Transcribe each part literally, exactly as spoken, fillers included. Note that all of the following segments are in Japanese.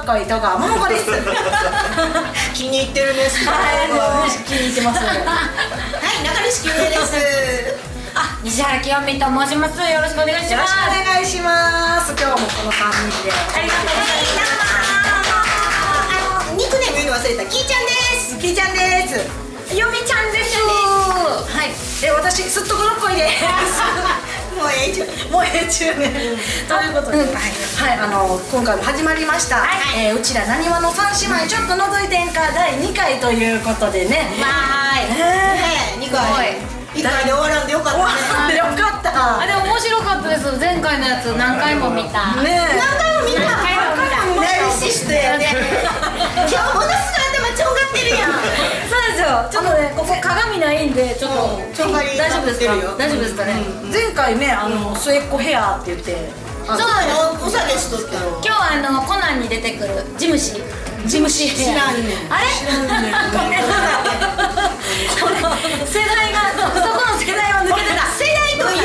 高い田川桃子です。 気に入ってるね。 はい、気に入ってます。はい、 中西きみです。 あ、西原きよみと申します。よろしくお願いします。 よろしくお願いします。今日もこのさんにんでありがとうございます。あのニックネーム言うの忘れた。きーちゃんです。 きーちゃんです。 よみちゃんです。 はい。え、私すっとこどっこいです。 もうええ中。 もうええ中ね。ということで、はい、あの今回も始まりました。え、うちらなにわの三姉妹ちょっと覗いてんかだいにかいということでね。 わーい。 ね、にかい。いっかいで終わらんでよかったね。 よかった。 あ、でも面白かったです。前回のやつ何回も見た。 ね、 何回も見た。 何回も見た。 ナルシストやね。今日ものすごい頭ちょんがってるやん。 そうですよ。ちょっとね、ここ鏡ないんでちょっとちょんがり大丈夫ですか？大丈夫ですかね。 前回ね、あの末っ子ヘアって言って、 そうなの。おさげしとったの。 今日はあのコナンに出てくるジムシ。 ジムシ知らんねん。 あれ？世代がそこの世代は抜けてた。 世代という。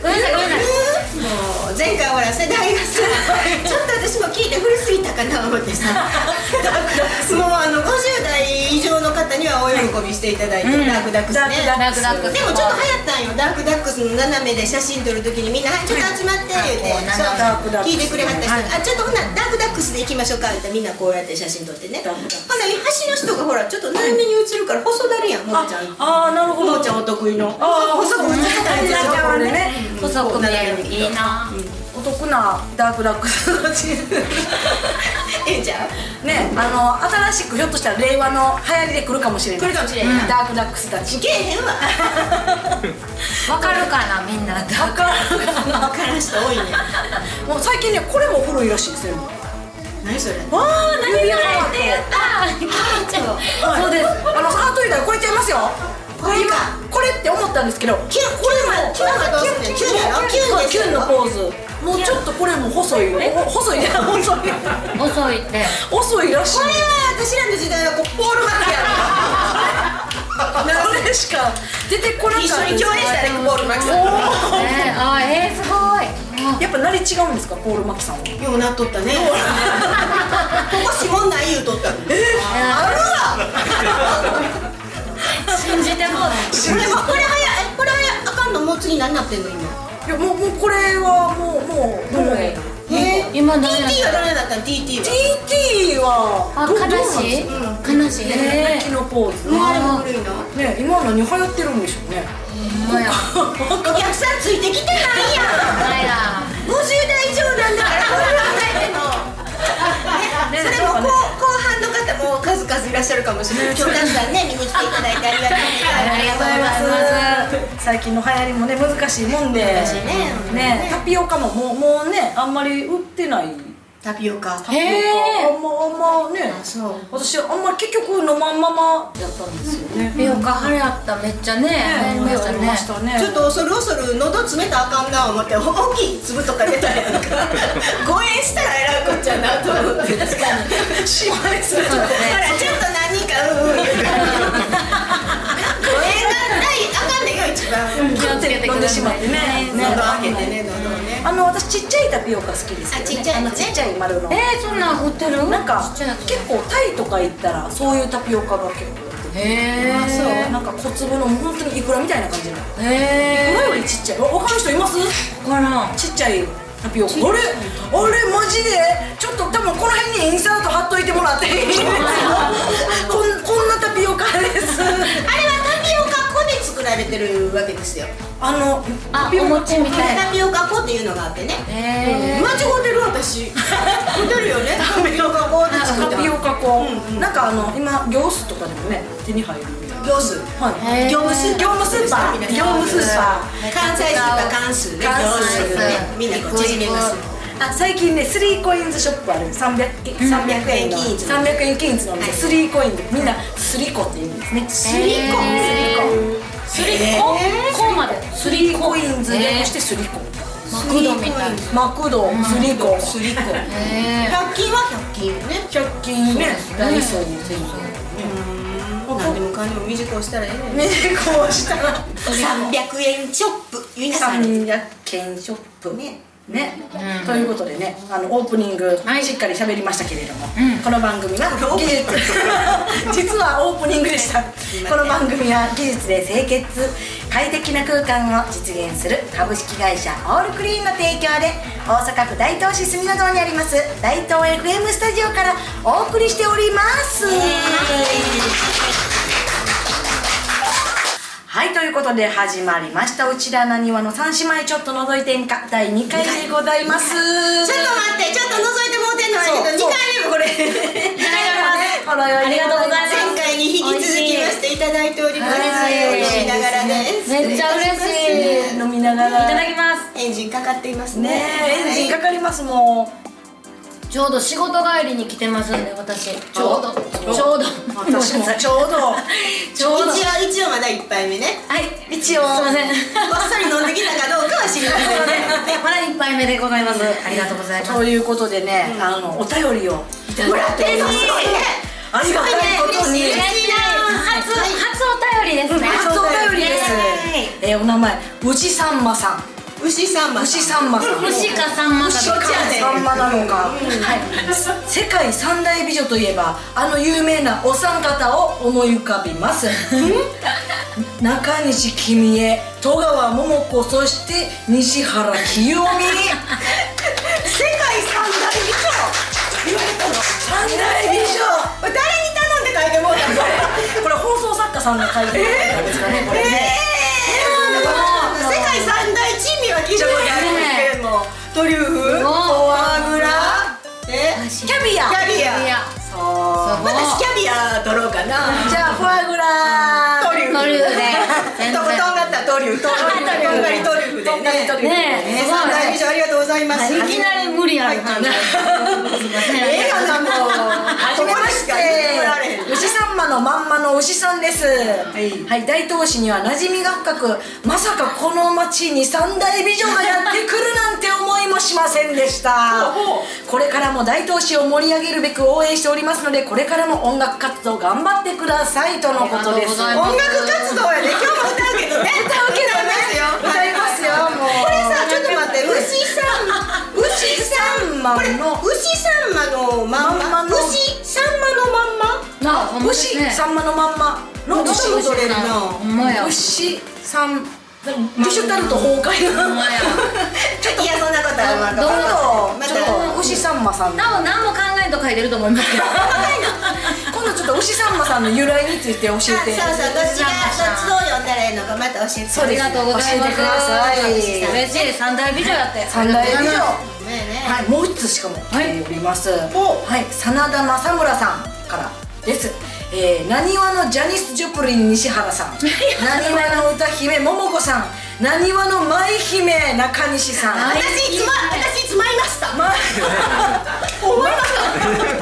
ごめんなさいごめんなさい。 もう前回ほら世代がさ、ちょっと私も聞いて古すぎたかな思ってさ。もうあのごじゅうだい以上の方にはお喜びしていただいて、ダークダックスね。 ダークダックス。 でもちょっと流行ったんよ。ダークダックスの斜めで写真撮るときにみんなはいちょっと集まって言うて、聞いてくれはった人が、あちょっとほなダークダックスで行きましょうかってみんなこうやって写真撮ってね。ほな端の人がほらちょっと斜めに映るから細だるやん、ももちゃん。 ああ、なるほど。 ももちゃんお得意の。 ああ、細く映ってたんですよね。 細く見える。いいな。 お得なダークダックスのチーム。 ええじゃん。 ね、あの新しくひょっとしたら令和の流行りで来るかもしれない。 来るかもしれない。 ダークダックスたち。 けえへんわ。 わかるかなみんな。 わかるかな。 わからん人多いね。 もう最近ね、これも古いらしいですよ。 何それ。 わあ、何それって言った。 そうです。あのハート以外超えちゃいますよ。 これか。 これって思ったんですけど、 キュンこれもキュンはどうすんねん。キュンやろ。キュンですよ。 キュンのポーズ。もうちょっとこれも細いよ。細いね。細い。 遅いって。 遅いらしい。 これは私らの時代はこうポールマキやろ。 なぜしか出てこなかった。 一緒に共演したね、ポールマキさん。 え、あ、えー、すごい。 やっぱなり違うんですか、ポールマキさんは。 ようなっとったね。ここ指紋ない言うとったの。え、あるわ。 信じてもうね。 これはこれはやこれはあかんの。もう次何なってんの今。 いや、もうもうこれはもうもうもう。 え、 今何ティーティー は誰だったの？ ティーティー はティーティー はあ、悲しい悲しい。 泣きのポーズ。 あれも古いのね、今何流行ってるんでしょうね。 ほんまや。 お客さんついてきてないやん。ごじゅうだい以上なんだからこれはないでの。それも後半の方も数々いらっしゃるかもしれない。今日たくさんね見に来ていただいてありがとうありがとうございます。 最近の流行りもね、難しいもんで。 難しいね。 ね、タピオカももうもうね、あんまり売ってない。 タピオカ。 タピオカあんまあんまね。 そう。 私あんまり結局飲まんままやったんですよね。 タピオカ流行った。めっちゃね、流行りましたね。 ちょっと恐る恐る喉詰めたらあかんな思って大きい粒とか出たらやんか。誤嚥したらえらいこっちゃなと思って。確かに。失敗すると。ほらちょっと何人かうんうん。誤嚥がないあかんねんよ一番。 気をつけてくださいね。 喉開けてね、喉をね。 あの私ちっちゃいタピオカ好きですけどね。 あ、ちっちゃいのね。 ちっちゃい丸の。 えー、そんなん売ってる？ なんかちっちゃいやつ結構タイとか行ったらそういうタピオカが結構売ってて。 へー。 そう、なんか小粒の本当にイクラみたいな感じの。 へイクラよりちっちゃい。わかる人います？ ー。わからん。 ちっちゃいタピオカ。あれあれマジでちょっと多分この辺にインサート貼っといてもらっていいですか？こんこんなタピオカです。 あれはタピオカ粉で作られてるわけですよ。 あのあ、お餅みたいな。 タピオカ粉っていうのがあってね。 へー。 間違ってる私。似てるよね。タピオカ粉で作った。 タピオカ粉。なんかあの今業スとかでもね手に入るみたいな。 業ス。 はい。 業務スー業務スーパー。業務スーパー。 関西スーパー関数ね。業スーね。みんなこう縮めます。 あ、最近ね、スリーコインズショップある。三百三百円の三百円均一のお店。スリーコインでみんなスリコって言うんですね。スリコ。 スリコ。コまで。 スリーコインズ略してスリコ。 マクドみたいな。 マクド、スリコ、スリコ。 百均は百均ね。 百均ね、ダイソーに全部。 何でもかんでも短くしたらええね。 短くしたら三百円ショップ。ゆいなさん。 三百円ショップ。 ね。 ね、ということでね、あのオープニングしっかり喋りましたけれども、この番組は技術実はオープニングでした。この番組は技術で清潔快適な空間を実現する株式会社オールクリーンの提供で、大阪府大東市住の堂にあります大東 エフエム スタジオからお送りしております。はい、ということで始まりましたうちらなにわの三姉妹ちょっと覗いてんかだいにかいでございます。ちょっと待って、ちょっと覗いてもうてんのやけどにかいめもこれありがとうございます。 前回に引き続きましていただいております。美味しいながらです。 めっちゃ嬉しい。 飲みながらいただきます。 エンジンかかっていますね。 エンジンかかります。もうちょうど仕事帰りに来てますんで、私ちょうどちょうど私もちょうどちょうど一応一応まだいっぱいめね。 はい、一応すいません、 こっそり飲んできたかどうかは知りませんね。 まだいっぱいめでございます。ありがとうございます。 ということでね、あのお便りをいただいております。ありがたいことに初初お便りですね。 初お便りです。え、お名前牛さんまさん。 牛さんま牛さんまさん。 牛かさんま牛かさんまなのか。はい。世界三大美女といえばあの有名なお三方を思い浮かびます。中西君江、戸川桃子、そして西原清美。世界三大美女言われたの。三大美女。 誰に頼んで書いてもらったの？ これ放送作家さんが書いてもらったんですかね。これね。 世界三大珍味は聞いたことあるんですけれども、トリュフ、フォアグラ、 キャビア。 キャビア。そう。私キャビア取ろうかな。 じゃあフォアグラ、 トリュフ。 トリュフで。 とことんがったトリュフ。とんがりトリュフでね。 ねえ、 三大美女ありがとうございます。 いきなり無理ある感じ。 ええやなもう。 はじめまして。牛さんまのまんまの牛さんです。はい、大東市には馴染みが深く、まさかこの町に三大美女がやってくるなんて思いもしませんでした。これからも大東市を盛り上げるべく応援しておりますので、これからも音楽活動頑張ってくださいとのことです。 音楽活動やね。今日も歌うけどね。 歌うけどね。歌いますよ。もうこれさ、ちょっと待って、牛さん牛さんまの牛さんまのまんま、牛さんまのまんま、 牛さんまのまんまの牛を取れるな。 ほんまや。 牛さんディシュタルト崩壊な。 ちょっといや、そんなことはどうぞ。ちょっと牛さんまさん。 多分何も考えんと書いてると思いますけど。 今度ちょっと牛さんまさんの由来について教えて。 そうそう、どっちがどっちどう読んだらいいのかまた教えて。 ありがとうございます。 教えてください。 嬉しい。三大美女やって。 三大美女。 はい、もう一つしかも来ております。はい、真田正村さんからです。えー、なにわのジャニス・ジョプリン西原さん、なにわの歌姫桃子さん、なにわの舞姫中西さん。 私いつも私いつもいました。 ま、思いました。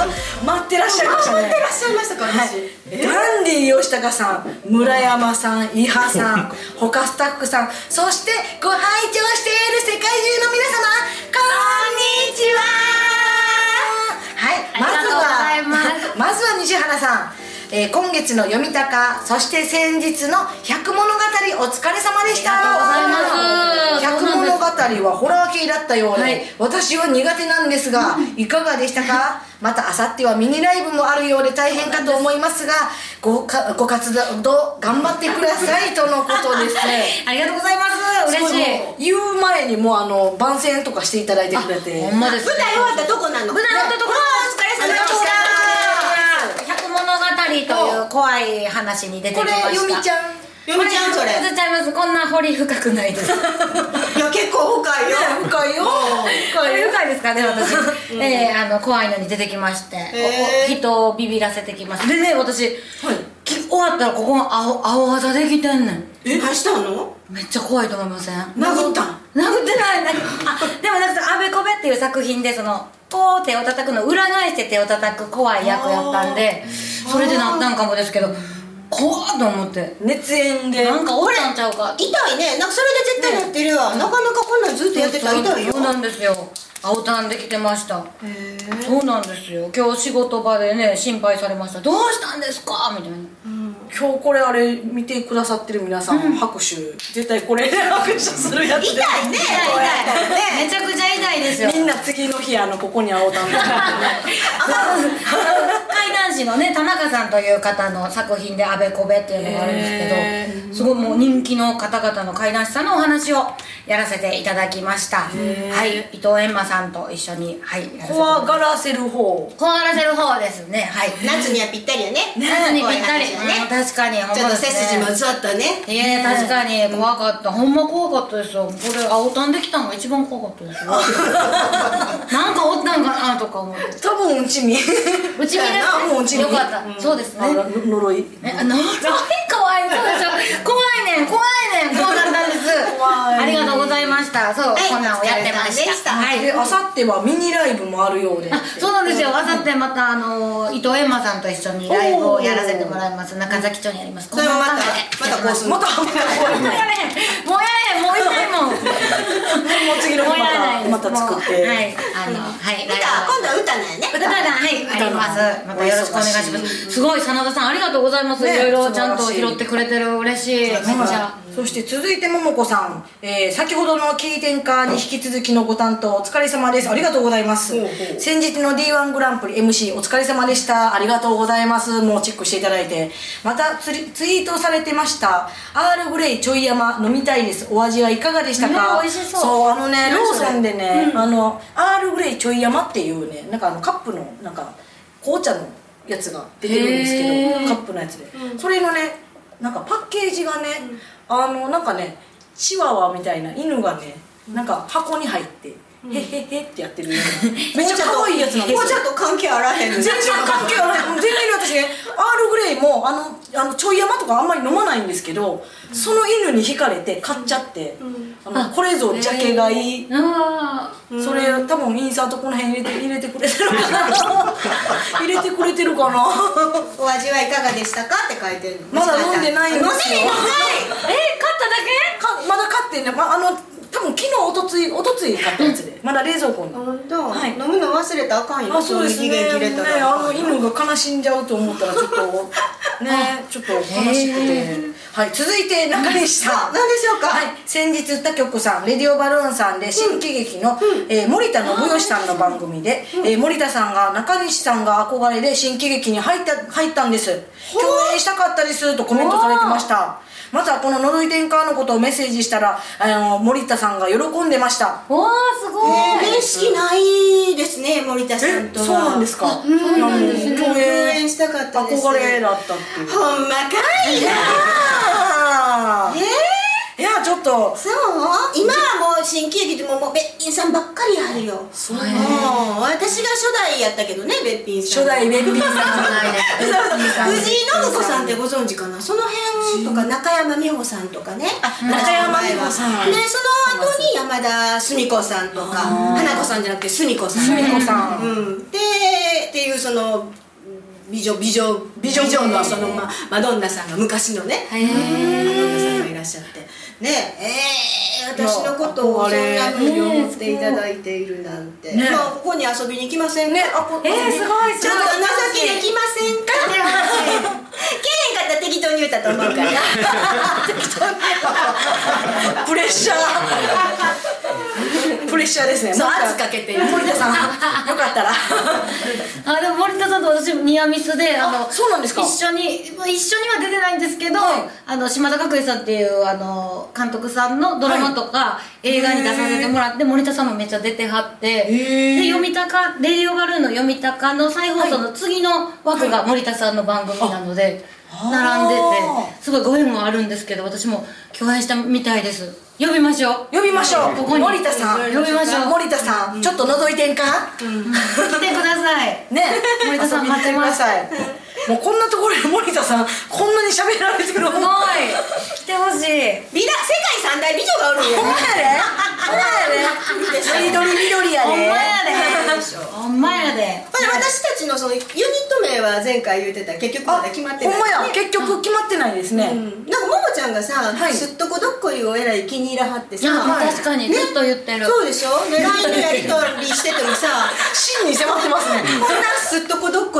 待ってらっしゃいましたね。 待ってらっしゃいましたか。私。 ダンディ吉高さん、村山さん、伊波さん、他スタッフさん、そしてご拝聴している世界中の皆様、こんにちは。はい、まずはまずは西原さん。えー、今月の読み高、そして先日の百物語お疲れ様でした。 ありがとうございます。 百物語はホラー系だったようで、はい、私は苦手なんですが、いかがでしたか？またあさってはミニライブもあるようで大変かと思いますが、ごかご活動頑張ってくださいとのことです。 ありがとうございます。嬉しい。 言う前にもうあの番宣とかしていただいてくれて。 ほんまです。 舞台終わったとこなの。 舞台終わったところ。 お疲れ様でした。 百物語という怖い話に出てきました。 これよみちゃん。 よみちゃんそれ。 ずっちゃいます。こんな掘り深くないです。 いや結構深いよ。 深いよ。 深い深いですかね私。えあの怖いのに出てきまして、人をビビらせてきました。でね私終わったらここが青青技できてんねん。 え、何したの？ めっちゃ怖いと思いません？ 殴ったん？ 殴ってない。あ、でもなんか「あべこべ」っていう作品でそのこう手を叩くの裏返して手を叩く怖い役やったんで、それでなったんかもですけど、怖っと思って熱演でなんかおったんちゃうか。 痛いね。なんかそれで絶対なってるわ。なかなかこんなんずっとやってたら痛いよ。 そうなんですよ。青タンできてました。へえ。そうなんですよ。今日仕事場でね心配されました。どうしたんですかみたいな。 今日これあれ見てくださってる皆さん、拍手絶対これで拍手するやつで痛いね痛いねめちゃくちゃ痛いですよ。 みんな次の日あのここに会おうたんだ怪談師のね田中さんという方の作品で「あべこべ」っていうのがあるんですけど、すごいもう人気の方々の怪談師さんのお話をやらせていただきました。はい、伊藤閻魔さんと一緒に、はい、 怖がらせる方怖がらせる方ですね。はい、 夏にはぴったりよね。 夏にぴったり、 ね、 確かにちょっと背筋もちょっとね。 いや確かに怖かった、ほんま怖かったですよ。これ青タンできたのが一番怖かったですよなんかおったんかなとか思って多分うちみうちみですね。よかった、そうですね。 呪いえ、呪い怖い、そうでしょ。怖いねん怖いねん怖かったんです。ありがとうございました。そう、こんなんをやってました。 はい、あさってはミニライブもあるようで。 そうなんですよ。あさってまたあの伊藤閻魔さんと一緒にライブをやらせてもらいます。中崎町にあります。 それもまたまたこうする。 またもうやれへんもうやれへんもう痛いもんもう次の日またまた作って。 はい、あのはい歌今度は歌なんやね。 歌がはいあります。またよろしくお願いします。すごい真田さんありがとうございます。いろいろちゃんと拾ってくれてる。嬉しい。めっちゃ。 そして続いてももこさん、えー、先ほどのキーテンカーに引き続きのご担当お疲れ様です。ありがとうございます。先日の ディーワン グランプリ エムシー お疲れ様でした。ありがとうございます。もうチェックしていただいて、またツリツイートされてましたアールグレイちょい山飲みたいです。お味はいかがでしたか？ ね、美味しそう。 そうあのねローソンでね、うん、あのアールグレイちょい山っていうねなんかあのカップのなんか紅茶のやつが出てるんですけどカップのやつで、うん、それのねなんかパッケージがね、うん、あのなんかねチワワみたいな犬がねなんか箱に入って、うん、へへへってやってるようなめっちゃ可愛いやつなんですよ。 紅茶と関係あらへん。 全然関係あらへん。全然私ねアールグレイもあのあのちょい山とかあんまり飲まないんですけど、うん、その犬に惹かれて買っちゃって、うん、あのこれぞジャケ買い、うん、それ多分インサートこの辺入れて入れてくれてるかな入れてくれてるかなお味はいかがでしたかって書いてるの。 まだ飲んでないんですよ。 飲んでないのかい。 え、買っただけ？ かまだ買ってね、ま、あの多分昨日おとついおとつい買ったやつでまだ冷蔵庫に。 本当。はい。飲むの忘れたらあかんよ。 あ、そうですね。ね、あの犬が悲しんじゃうと思ったらちょっとね、ちょっと悲しくて。はい、続いて中西さん。 何でしょうか。 はい、先日他局さん、レディオバルーンさんで新喜劇の、うんえー、森田信義さんの番組で、うんえー、森田さんが中西さんが憧れで新喜劇に入った入ったんです。共演したかったですとコメントされてました。またこの呪い天下のことをメッセージしたらあの森田さんが喜んでました。 わあすごい。 面識ないですね森田さんとは。 そうなんですか。 そうなんですね。 共演したかったです。 憧れだったっていう。 ほんまかいな。えいやちょっとそう今はもう新喜劇でももうべっぴんさんばっかりあるよ。 そう私が初代やったけどねべっぴんさん。 初代べっぴんさん藤井信子さんってご存知かな。その辺とか中山美穂さんとかね。 中山美穂さんでその後に山田澄子さんとか花子さんじゃなくて澄子さん澄子さん、 うん、でっていうその美女美女美女のそのまマドンナさんが昔のねマドンナさんがいらっしゃってねえー、私のことをそんなふうに思っていただいているなんて、ね、まあここに遊びに来ませんか。 ね、あこえー、すごいちょっと情けできませんかって話。けへんかったら適当に言ったと思うからプレッシャープレッシャーですね。 そう圧かけてる森田さんよかったらあでも森田さんと私ニアミスであのそうなんですか。 一緒に一緒には出てないんですけど、はい、あの島田角栄さんっていうあの監督さんのドラマとか、はい、映画に出させてもらって森田さんもめっちゃ出てはってで読みたかレディオバルーンの読みたかの再放送の次の枠が森田さんの番組なので、はい並んでてすごいご縁もあるんですけど私も共演したみたいです。呼びましょう呼びましょう。 ここに森田さん呼びましょう。 森田さん、うん、ちょっと覗いてんか、 うん、来てくださいね森田さん待ってます。 もうこんなところで森田さんこんなに喋られてるのすごい来てほしい。 美だ世界三大美女がおるんやね。 ほんまやでほんまやで緑緑やでほんまやでほんまやで。 これ私たちのそのユニット名は前回言ってた結局まだ決まってない。 ほんまや結局決まってないですね。 なんかももちゃんがさすっとこどっこいをえらい気に入らはってさ。 確かにずっと言ってる。 そうでしょ。ラインでやり取りしててもさ真に迫ってますね。 こんなすっとこどっこい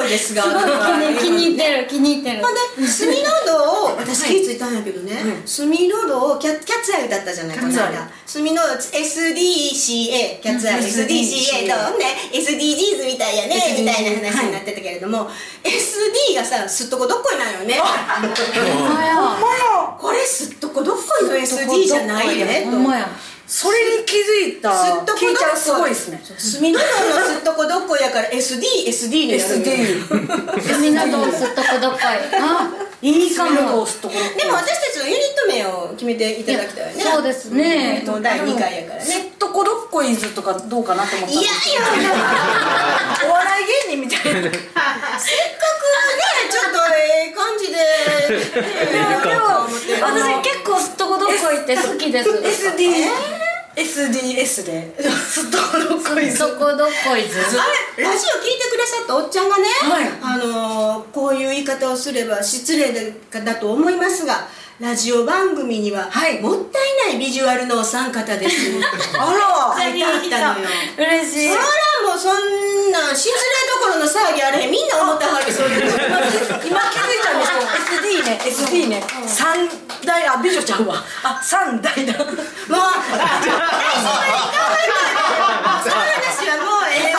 ですがすごい気に入ってる気に入ってる。 ほんで墨の道を私気付いたんやけどね、墨の道をキャキャッツアイだったじゃないこの間。墨の エスディーシーエー キャッツアイ エスディーシーエー とね エスディージーズみたいやねみたいな話になってたけれども、 エスディー がさすっとこどっこいなんよね。 ほんまやこれすっとこどっこいの エスディー じゃないねと。 ほんまや。 それに気づいたすっとこキーちゃんすごいですね。 墨の道のすっとこどっこいやから エスディーエスディー になるんよ。 墨の道すっとこどっこい。あ、いいかも。 でも私たちのユニット名を決めていただきたいよね。 そうですね。 もうだいにかいやからね。 すっとこどっこいずとかどうかなと思ったんいやですけど、 いやお笑い芸人みたいな。 せっかくねちょっとええ感じで。 私結構すっとこどっこいって好きです。 エスディーエスディーエス ですっとこどっこいず。 すっとこどっこいず。 あれラジオ聞いてくださったおっちゃんがね、 はいあのーこういう言い方をすれば失礼だだと思いますが、ラジオ番組には、 はい、 もったいないビジュアルのお三方です。 あら書いてあったのよ。 嬉しい。 そらもうそんなん失礼どころの騒ぎあれへん、みんな思ったはりそういうの。 今気づいたんですけど エスディー ね エスディー ね三大あ美女ちゃうわあ三大だ。もうもうあじゃあ来週まで頑張るからその話はもうえ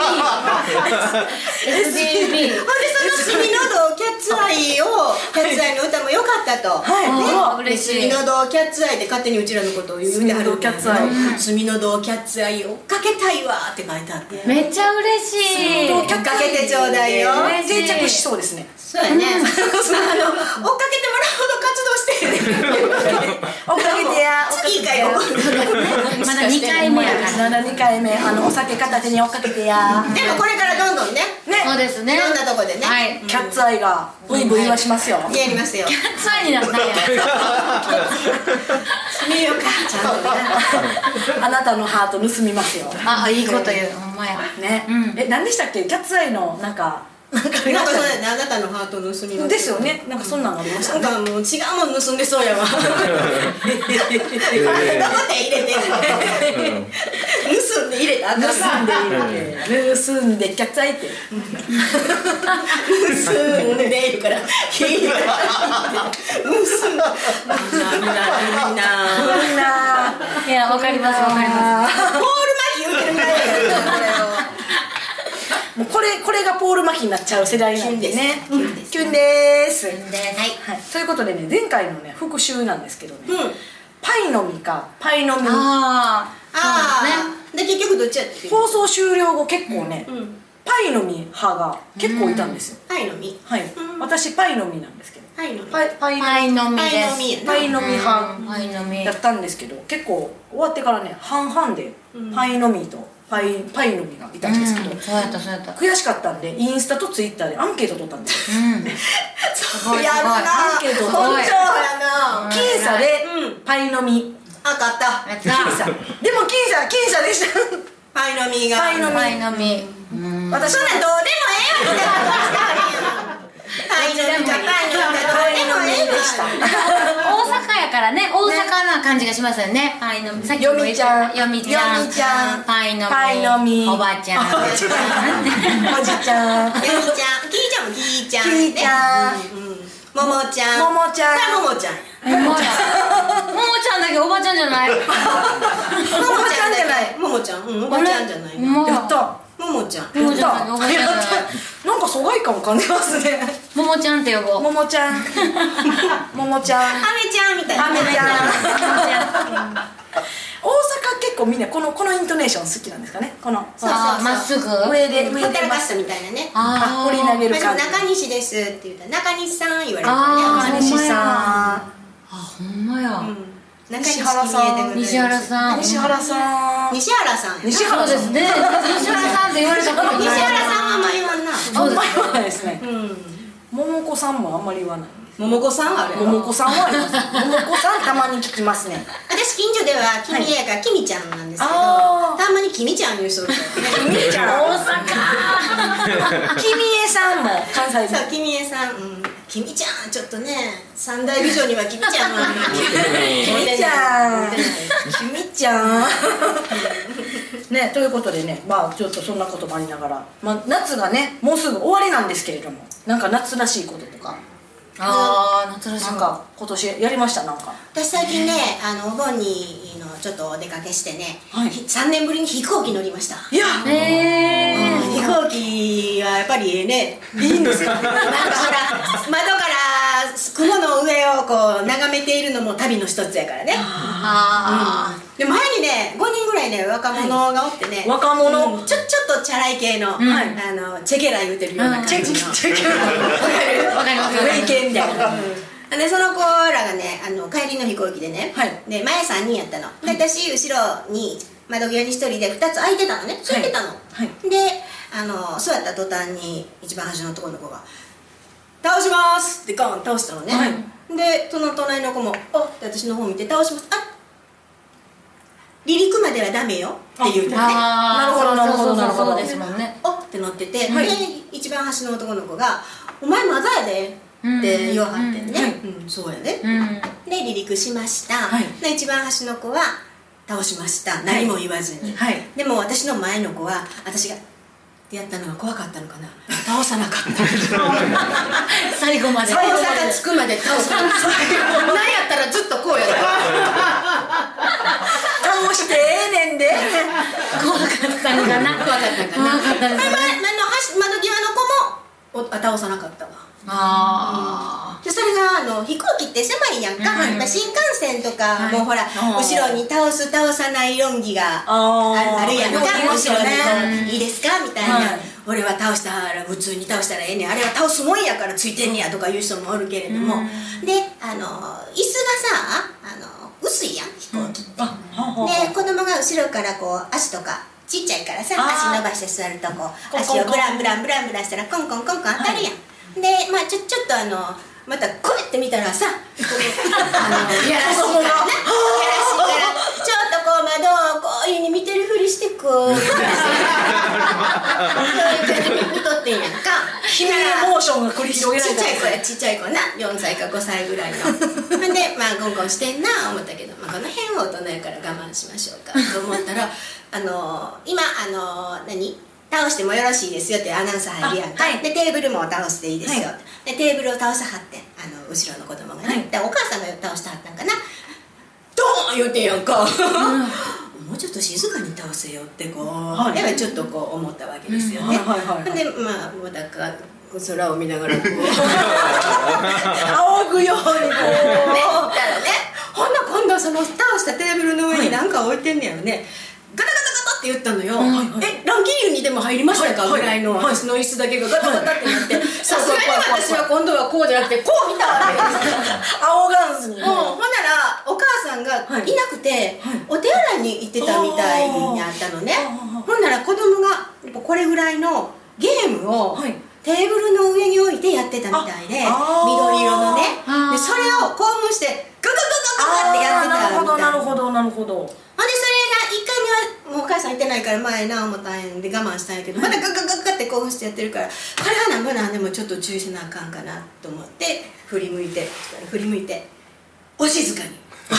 えエスディービーほんでその「墨の道キャッツアイ」をキャッツアイの歌も良かったと。 はい嬉しい。 墨の道キャッツアイで勝手にうちらのことを言うてはるんだよね。 墨の道キャッツアイ墨の道キャッツアイを追っかけたいわって書いてあって。 めっちゃ嬉しい。 追っかけてちょうだいよ。 定着しそうですね。 そうやね。あの追っかけてもらうほど活動してへんねん。 追っかけてや次いいかよ。 まだにかいめやから。 まだにかいめあのお酒片手に追っかけてや。 でもこれからどんどんね。 ねそうですね。 いろんなとこでね。 はい。 キャッツアイがブイブイ言わしますよ。 やりますよ。 キャッツアイになったんや。 見ようかちゃんとね。 あなたのハート盗みますよ。 あ、いいこと言う。ほんまや。 ね。え、何でしたっけ？キャッツアイのなんかなんかなんかそうやね、あなたのハート盗みますですよね。なんかそんなのありましたね。 なんかもう違うもん盗んでそうやわ。どこで入れてんの？盗んで入れた？ 盗んで入れて、盗んでキャッツアイって。 盗んでいるから聞いて。盗んだ。みんなみんなみんな。 みんな。 いや、わかりますわかります。 ポール・マキ言うてるぐらいやからこれを。 もうこれこれがポール・マキになっちゃう世代なんでね。 キュンです。 キュンです。 はい。 はい。ということでね、前回のね復習なんですけどね。 うん。 パイの実かパイの実。 ああ、 ああ。で結局どっちやったっけ？ 放送終了後結構ね、 うん。 パイの実派が結構いたんですよ。 パイの実。 はい。私パイの実なんですけど。 パイの実。 パイパイパイの実パイです。 の実やな。 パイの実派パイの実だったんですけど、結構終わってからね半々でパイの実とパイパイの実がいたんですけど、 うん、そうやったそうやった。 悔しかったんでインスタとツイッターでアンケート取ったんですよ。 うん。 すごいやるな。 アンケート本庁やな。 僅差でパイの実。 あかった。 やっ僅差。 た。 でも僅差僅差でした。 パイの実が。 パイの実パイの実。うん。 私そんなんどうでもええわみたいな顔してはるやん。パイの実かパイの実かどうでもええわ。 大阪やからね、大阪な感じがしますよね。パイの実。さっきも言ったよみちゃん。 よみちゃん。 パイの実。 パイの実。 おばちゃん。 おじちゃん。 よみちゃん、きーちゃんもきーちゃん。 きーちゃん。 ももちゃん。 ももちゃん。 さあももちゃん。 ももちゃんだけおばちゃんじゃない。 ももちゃんじゃない。ももちゃん。うん、おばちゃんじゃない。もやった。 もちゃん。 ももちゃんだけおばちゃんじゃない。 なんか疎外感を感じますね。 ももちゃんって呼ぼう。 ももちゃん。ももちゃん。 あめちゃんみたいな。 あめちゃん。大阪結構みんなこのこのイントネーション好きなんですかね。このそうそうまっすぐ上で上でほったらかしたみたいなね。 あ掘り投げる感じ。 中西ですって言ったら中西さん言われるからあね。 中西さん。 あ、ほんまや。 中西原さん。 西原さん。 西原さん。 西原さん。 西原さん。 そうですね。西原さんって言われたことない。 西原さんはあんま言わんな。 あんまり言わないですね。 うん。 桃子さんもあんまり言わない。 桃子さんはあれ。 桃子さんはあります。桃子さんたまに聞きますね。 私近所では君やから君ちゃんなんですけど、 あーたまに君ちゃん言う人いる。 君ちゃん。大阪。君江さんも関西そう、君江さん、うん、君ちゃん、ちょっとね、三大美女には君ちゃんは。 君ちゃん。君ちゃん。 ね、ということでね、まあちょっとそんなこともありながら、まあ、夏がねもうすぐ終わりなんですけれども、なんか夏らしいこととか、 ああ夏らしいなんか今年やりました？なんか私最近ね、あのお盆にのちょっとお出かけしてね、 はい、 さんねんぶりに飛行機乗りました。 いやへー、 飛行機はやっぱりねいいんですよ。なんかほら窓から雲の上をこう眺めているのも旅の一つやからね。 ああ、 うん、で前にねごにんぐらいね若者がおってね、 はい、若者、 うん、ちょちょっとチャラい系の、うん、あのチェケラ言うてるような感じの、うん、 チェケラわかります、ウェイ系みたいな。 でその子らがね、あの帰りの飛行機でね、 はい、 で前さんにんやったの、で私後ろに窓際にひとりでふたつ空いてたのね、空いてたの、はいはい、であの座った途端に一番端の男の子が「倒します」ってガン倒したのね、はい、でその隣の子も「あっ」って私の方見て「倒します」「あっ離陸まではダメよ」って言うたのね。 なるほどなるほどなるほどですもんね。 あっってなってて、はい、で一番端の男の子が「お前まだやで」って言わはってんね、うん、うん、そうやね、うん、で離陸しました、はい、で一番端の子は倒しました、何も言わずに、はい、でも私の前の子は私がやったのが怖かったのかな、倒さなかった最後まで最後までつくまで倒さなかった何やったらずっとこうやった倒してええねんで怖かったのかな、 怖かったのかな、怖かったですね。窓際の子も倒さなかったわ。あ、うん、でそれがあの飛行機って狭いやんか、うん、新幹線とか、はい、もうほら後ろに倒す倒さない論議が あ, あるやんか、後ろにこう、いいですかみたいな、はい、俺は倒したら普通に倒したらええねん、あれは倒すもんやからついてんねやとかいう人もおるけれども、うん、であの椅子がさあの薄いやん飛行機って、うん、で子供が後ろからこう足とかちっちゃいからさ足伸ばして座るとこう足をブランブランブランブランしたらコンコンコンコン当たるやん、はい、でまあちょちょっとあのまたこうやって見たらさあのやらしいからな、やらしいからちょっとこう窓をこういうふうに見てるふりしてこうそういう感じで見とってんやんか。 姫モーションが繰り広げられた。 ちっちゃい子やちっちゃい子なよんさいかごさいぐらいのでまあゴンゴンしてんな思ったけど、まあ、この辺は大人やから我慢しましょうかと思ったらあの今あの何倒してもよろしいですよってアナウンサー入るやんか、はい、でテーブルも倒していいですよ、はい、でテーブルを倒さはってあの後ろの子供がね、はい、でお母さんが倒してはったんかな、ドーン言うてんやんか、うん、もうちょっと静かに倒せよってこう、はい、ちょっとこう思ったわけですよね、うんはいはいはい、でまあもうだから空を見ながらこう仰ぐようにこうねたらね、ほんな今度はその倒したテーブルの上に何か置いてんねやろね、ガタガタガタって言ったのよ、はいはい、え乱気流にでも入りましたか、はいはい、ぐらいの私の椅子だけがガタガタってなってさすがに私は今度はこうじゃなくてこう見たわけです仰がずに、 うん、ほんならお母さんがいなくて、はいはい、お手洗いに行ってたみたいにあったのね、ほんなら子供がこれぐらいのゲームを、はい、テーブルの上に置いてやってたみたいで、緑色のね、でそれを興奮してガガガガガガってやってたみたいな。 なるほどなるほどなるほど。 ほんでそれがいっかいめはもうお母さん行ってないから前な思ったんで我慢したんやけど、またガガガガって興奮してやってるから、これはなんぼなんでもちょっと注意しなあかんかなと思って振り向いて振り向いてお静かに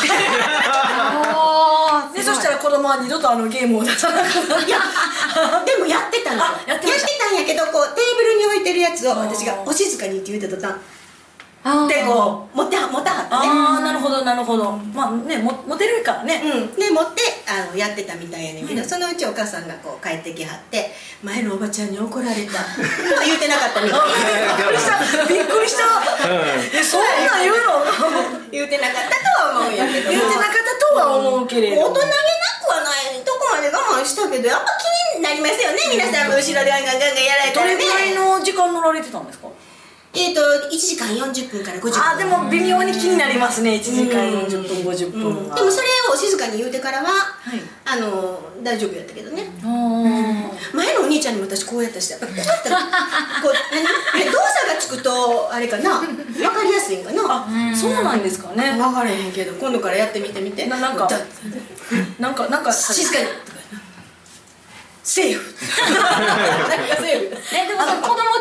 でそしたら子供は二度とあのゲームを出さなくなる。いやでもやってたのやってたんやけど、こうテーブルに置いてるやつを私がお静かにって言うた途端でこう持っては持たはったね。 ああなるほどなるほど、まあねも持てるからね、 うん、で持ってあのやってたみたいやねんけど、うん、そのうちお母さんがこう帰ってきはって前のおばちゃんに怒られた言うてなかったみたいびっくりしたえそんなん言うの言うてなかったとは思うんやけど、 言うてなかったとは思うけれど大人げなくはないとこまで我慢したけどやっぱ気になりますよね、皆さんも後ろでガンガンガンガンやられたらね。 どれぐらいの時間乗られてたんですか？ えーといちじかんよんじゅっぷんからごじゅっぷん。 あでも微妙に気になりますね、いちじかんよんじゅっぷんごじゅっぷんは、うん、 でもそれを静かに言うてからは、はい、あの大丈夫やったけどね、うん、前のお兄ちゃんにも私こうやったし、やっぱこうやったらこう何動作がつくとあれかな分かりやすいんかな。 あそうなんですかね、 分からへんけど今度からやってみてみて。 ななんかなんかなんか静かにセーフえでもその子供ちゃんに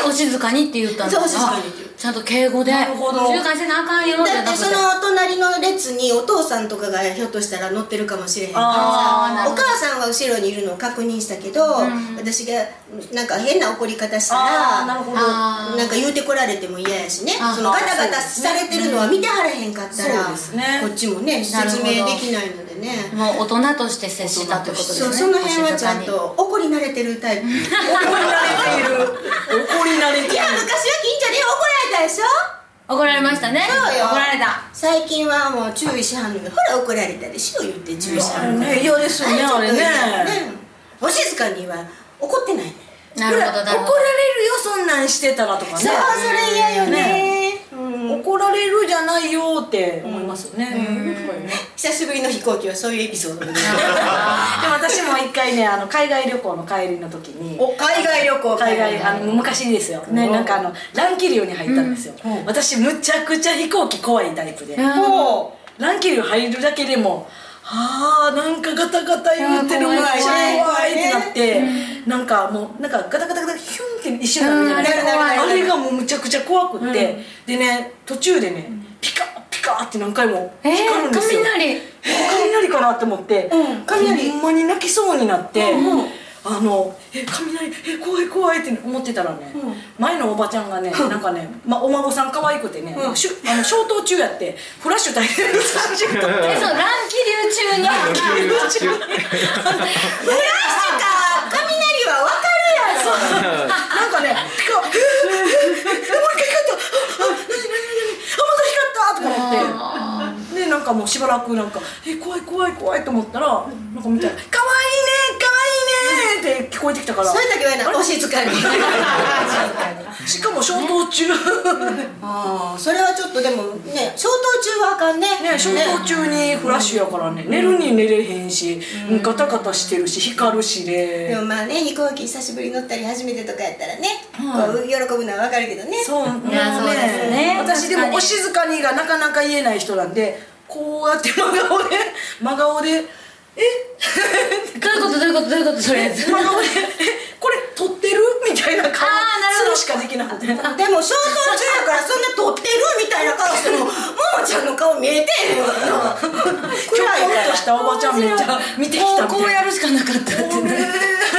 お静かにって言ったんですか。 そう、お静かにって言う。 ちゃんと敬語で静かにせなあかんよって。 だってその隣の列にお父さんとかがひょっとしたら乗ってるかもしれへんからさ、お母さんは後ろにいるのを確認したけど、私がなんか変な怒り方したらなんか言うてこられても嫌やしね、そのガタガタされてるのは見てはれへんかったらこっちもね説明できないのでね、 もう大人として接したってことですね。 その辺はちゃんと怒り慣れてるタイプ。怒り慣れている怒り慣れている。いや、昔は近所で怒られたでしょ。 怒られましたね。 そうよ、 怒られた。 最近はもう注意しはんのよ。ほら怒られたでしょ言って注意しはんのね。嫌ですよね、あれね。 お静かには怒ってないね。 なるほど、なるほど。怒られるよ、 そんなんしてたらとかね。 そう、それ嫌よね。 怒られるじゃないよって思いますよね。 久しぶりの飛行機はそういうエピソードで。でも私も一回ね、あの海外旅行の帰りの時に。 お、海外旅行。 海外、あの昔ですよね、なんかあの乱気流に入ったんですよ。私むちゃくちゃ飛行機怖いタイプで、乱気流入るだけでもはあ、なんかガタガタ言ってるぐらい怖いってなって、なんかもうなんかガタガタガタヒュンって一瞬なるじゃないですか。あれがもうむちゃくちゃ怖くって、でね、途中でねピカッピカッって何回も光るんですよ。 雷雷かなって思って、雷ほんまに泣きそうになって、あのえ雷え怖い怖いって思ってたらね、前のおばちゃんがね、なんかね、まお孫さん可愛くてね、あの消灯中やってフラッシュ焚いてる写真撮って、 え、そう、乱気流中に乱気流中にフラッシュか雷は分かるやろ。 なんかねピカッええもう一回光ったあ、なになになにあ、また光ったとか思って、でなんかもうしばらくなんかえ怖い怖い怖いと思ったら、なんか見たら可愛いね可愛いねって聞こえてきたから、 それだけはな、お静かに。 しかも消灯中。 ああ、それはちょっとでもね、消灯中はあかんね。 ね、消灯中にフラッシュやからね、寝るに寝れへんし、ガタガタしてるし光るしで。 でもまあね、飛行機久しぶり乗ったり初めてとかやったらね、こう喜ぶのはわかるけどね。 そうね、私でもお静かにがなかなか言えない人なんで、こうやって真顔で真顔でえどういうことどういうことどういうことそれ真顔でえこれ撮ってるみたいな顔するしかできなくて、でも消灯中やからそんな撮ってるみたいな顔してもももちゃんの顔見えてへんよな。 キョコンとしたおばちゃんめっちゃ見てきたみたいな。 こうやるしかなかったってね。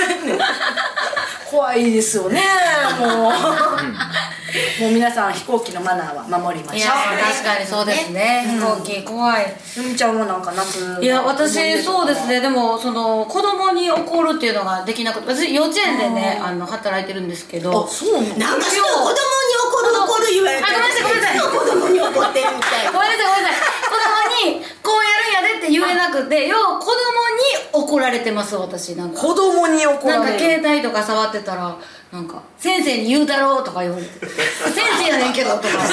怖いですよね、もう。もう皆さん飛行機のマナーは守りましょう。 いや、確かにそうですね。飛行機怖い。 ゆみちゃんはなんか夏。 いや、私そうですね。でもその子供に怒るっていうのができなくて、私幼稚園でね、あの働いてるんですけど。 あ、そうなの。 なんか子供に怒る怒る言われて。 あ、ごめんなさいごめんなさい。 子供に怒ってるみたいな。 ごめんなさいごめんなさい。子供にこうやるんやでって言えなくて、要は子供に怒られてます私なんか。 子供に怒られる。 なんか携帯とか触ってたら。なんか先生に言うだろうとか言われて先生やねんけどとかとか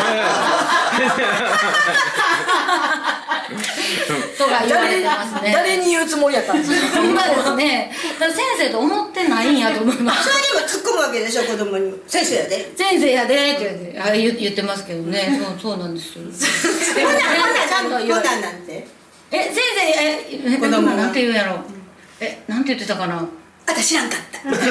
言われてますね。 誰に言うつもりやったんですか。 今ですね、だから先生と思ってないんやと思います。 それでも突っ込むわけでしょ、子供に。先生やで先生やでって言ってあ言言ってますけどね。そうそうなんですよ。 ほなほなちゃんと言わなんなんてえ先生え子供なんて言うんやろ。えなんて言ってたかな。 私知らんかった。それでも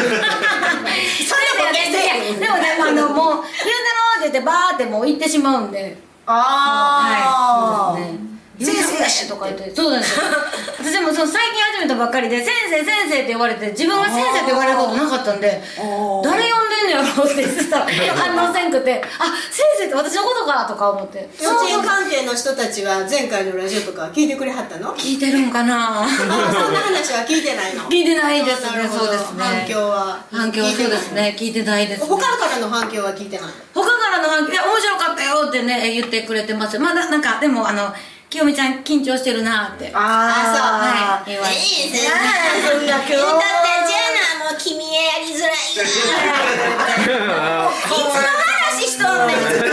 でもね、あのもう「言うだろ」って言ってバーってもう行ってしまうんで。 ああ、 はい、そうですね。先生とか言って、そうなんですよ。私でもその最近始めたばっかりで先生先生って言われて、自分は先生って言われることなかったんで、誰呼んでんのやろって言ってたら反応せんくて、あ、先生って私のことかとか思って。 幼稚園関係の人たちは前回のラジオとか聞いてくれはったの？ 聞いてるんかな。 そんな話は聞いてないの？ 聞いてないですね。そうですね。 反響は反響そうですね。聞いてないです。 他からの反響は聞いてない。 他からの反響、いや面白かったよってね言ってくれてます。まだなんかでもあの。きよみちゃん緊張してるなーって。 ああ、 そう。はい。 いいですね。そんな今日。だってじゃあな、もう君やりづらいな。いつの話しとんねん。 そうへんそうへん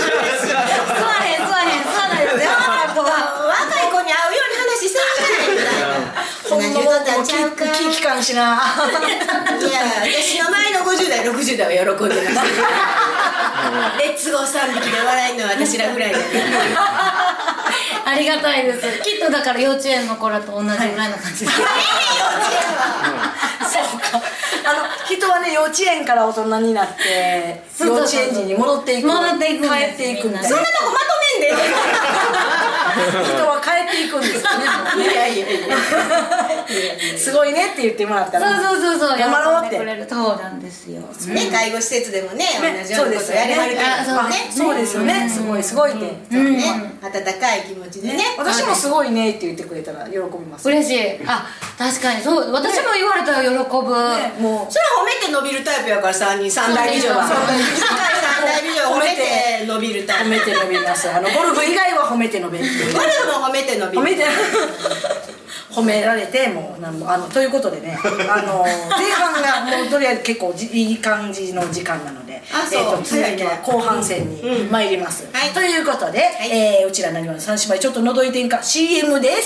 そうなんですよ。 若い子に会うように話するじゃないみたいな。そんな言うとったんちゃうか。 危機感しな。 いや、私の前のごじゅう代ろくじゅう代は喜んでます。レッツゴーさんびきで笑えるのは私らぐらいだね。 ありがたいです。きっとだから幼稚園の頃と同じぐらいの感じです。 そうか。 人はね幼稚園から大人になって幼稚園児に戻っていく戻っていく帰っていくみたいな。 そんなとこまとめんで人は帰っていくんですよね。 いやいやいやすごいねって言ってもらったらそうそうそうそう頑張ろうって喜んでくれるそうなんですよ。 ね、介護施設でもね、同じようなことそうですよねやりはるけあそうどね。 そうですよね。すごいすごいってね、温かい気持ちでね。 私もすごいねって言ってくれたら喜びます。 嬉しい。あ、確かにそう私も言われたら喜ぶ。 もうそれは褒めて伸びるタイプやからさんにん三代以上は三代以上三代以上褒めて伸びるタイプ。 褒めて伸びます。あのゴルフ以外は褒めて伸びるっていう。 ゴルフも褒めて伸びる。 褒めて褒められてもうなんもあのということでね、あの前半がもうとりあえず結構じいい感じの時間なので、 あそうえーと続いては後半戦に参ります。 うんはいということで、 いえーうちらなにわの三姉妹ちょっと覗いてんか シーエム です。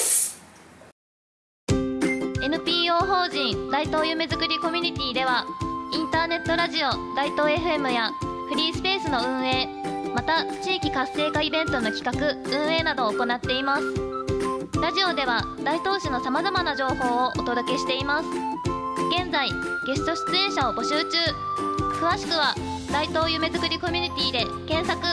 エヌピーオー 法人大東夢づくりコミュニティではインターネットラジオ大東 エフエム やフリースペースの運営、また地域活性化イベントの企画・運営などを行っています。ラジオでは大東市のさまざまな情報をお届けしています。現在ゲスト出演者を募集中。詳しくは大東夢づくりコミュニティで検索。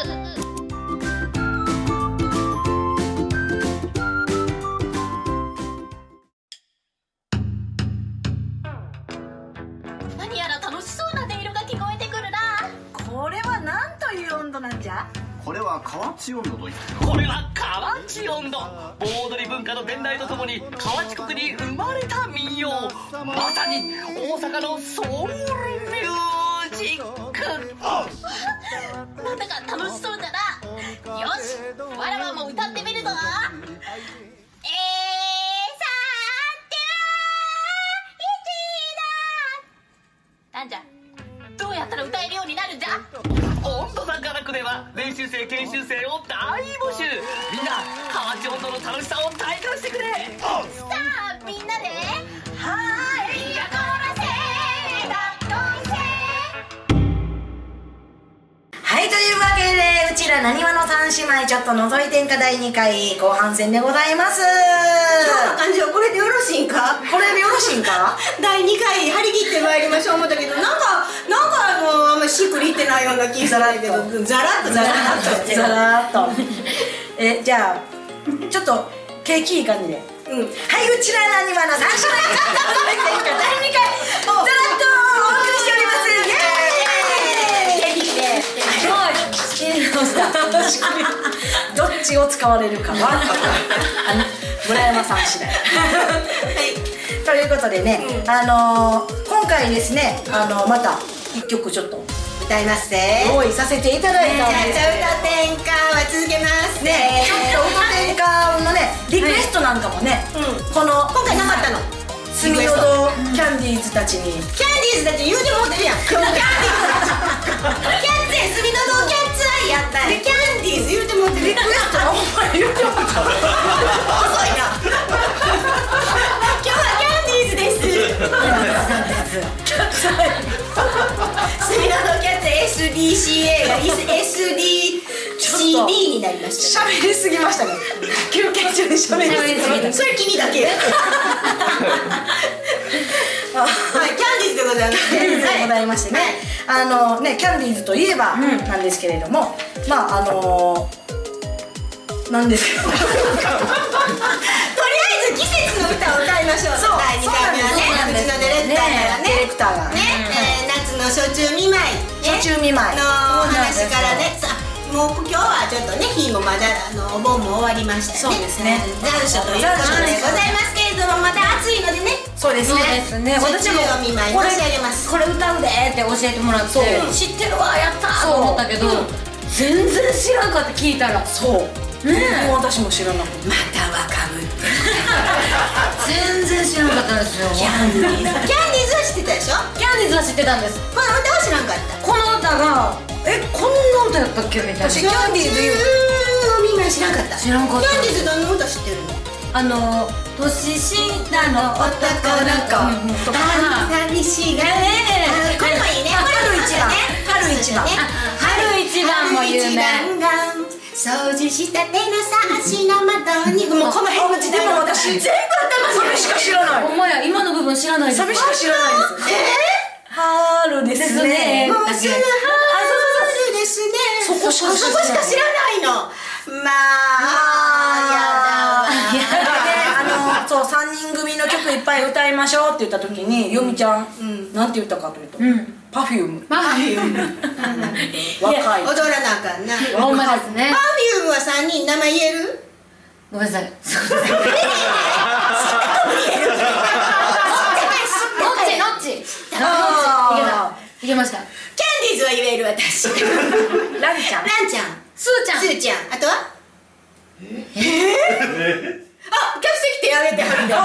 何やら楽しそうな音色が聞こえてくるな。 これは何という温度なんじゃ。 これは河内温度といってこれは河内音頭、盆踊り文化の伝来とともに河内国に生まれた民謡、まさに大阪のソウルミュージック。 なんだか楽しそうだな。よし、わらわも歌ってみるぞ。えー、さては、いちだ。なんじゃ、どうやったら歌えるようになるんじゃ。 音頭さんからくでは練習生研修生を大募集。みんな河内音頭の楽しさを体感してくれ。 さあ、みんなではーい、やこらせだっとせ。 はい、というわけでうちらなにわの三姉妹ちょっと覗いてんかだいにかい後半戦でございます。 今日の感じはこれでよろしいんか。 これでよろしいんか。 だいにかい張り切ってまいりましょう思ったけど、なんかなんかあのあんまりしっくりいってないような気がするけど、ザラッとザラッとザラーっとえじゃあちょっと景気いい感じで、 うん、 はい、うちらなにわの三姉妹ちょっと覗いてんかだいにかいザラッとお送りしております。イエーイ。景気でどっちを使われるかはあの村山さん次第はいということでね、うん、あのー、今回ですね、あのー、また一曲ちょっと歌いますね。 用意させていただいたんです。 じゃあ歌てんかは続けますね。ちょっと歌てんかのねリクエストなんかもね、はい、この今回なかったの住の堂キャンディーズたちに、 キャンディーズたち言うてもうてるやん。今日キャンディーズキャンツェ住の堂キャンツアイやったでキャンディーズ言うてもうてる。リクエストお前言うてもうた遅いな。今日はキャンディーズですキャンツアイ住の堂キャンツアイ エスディーシーエー が エスディーシービー になりました。 喋りすぎましたね。休憩中に喋りすぎた。 それ君だけはい、キャンディーズでございます。 キャンディーズでございましてね、あのねキャンディーズといえばなんですけれども、まああのなんですか。とりあえず季節の歌を歌いましょう。 そう、 だいにかいめはね、うちのディレクターがね、 ディレクターがね、夏の暑中見舞い暑中見舞いの話からね、さもう今日はちょっとね日もまだあのお盆も終わりましたね。 そうですね。 残暑ということでございますけれども、また暑いのでね。 そうですね。 私もこれこれ歌うでって教えてもらって、知ってるわやったーと思ったけど、全然知らんかった聞いたら。 そう。ね、もう私も知らなかった。 またわかぶって全然知らなかったんですよ。 キャンディーズキャンディーズは知ってたでしょ。 キャンディーズは知ってたんです。 この歌は知らんかった。 この歌がえこんな歌やったっけみたいな。 私キャンディーズ言うみんな知らんかった。 知らんかった。 キャンディーズどんな歌知ってるの。 あの年下の男の子とか寂しがね。これもいいね。 春一番春一番春一番も有名。 掃除したてのさ足の窓にもうこの辺の時代も私全部頭サビしか知らない。 お前や今の部分知らないです。 サビしか知らないです。 え春ですね。 もうすぐ春ですね。 そこしかそこしか知らないの。まあやだわ。 あのそうさんにん組の曲いっぱい歌いましょうって言った時によみちゃんなんて言ったかというとパフューム。 パフューム。 若い。 踊らなあかんな。 ほんまですね。 パフュームはさんにん名前言える？ ごめんなさい。ノッチノッチ。いけた。いけました。 キャンディーズは言える私。 ランちゃん。 ランちゃん。 スーちゃん。 スーちゃん。あとは？ええ。あ、客席手挙げてはるで。はい。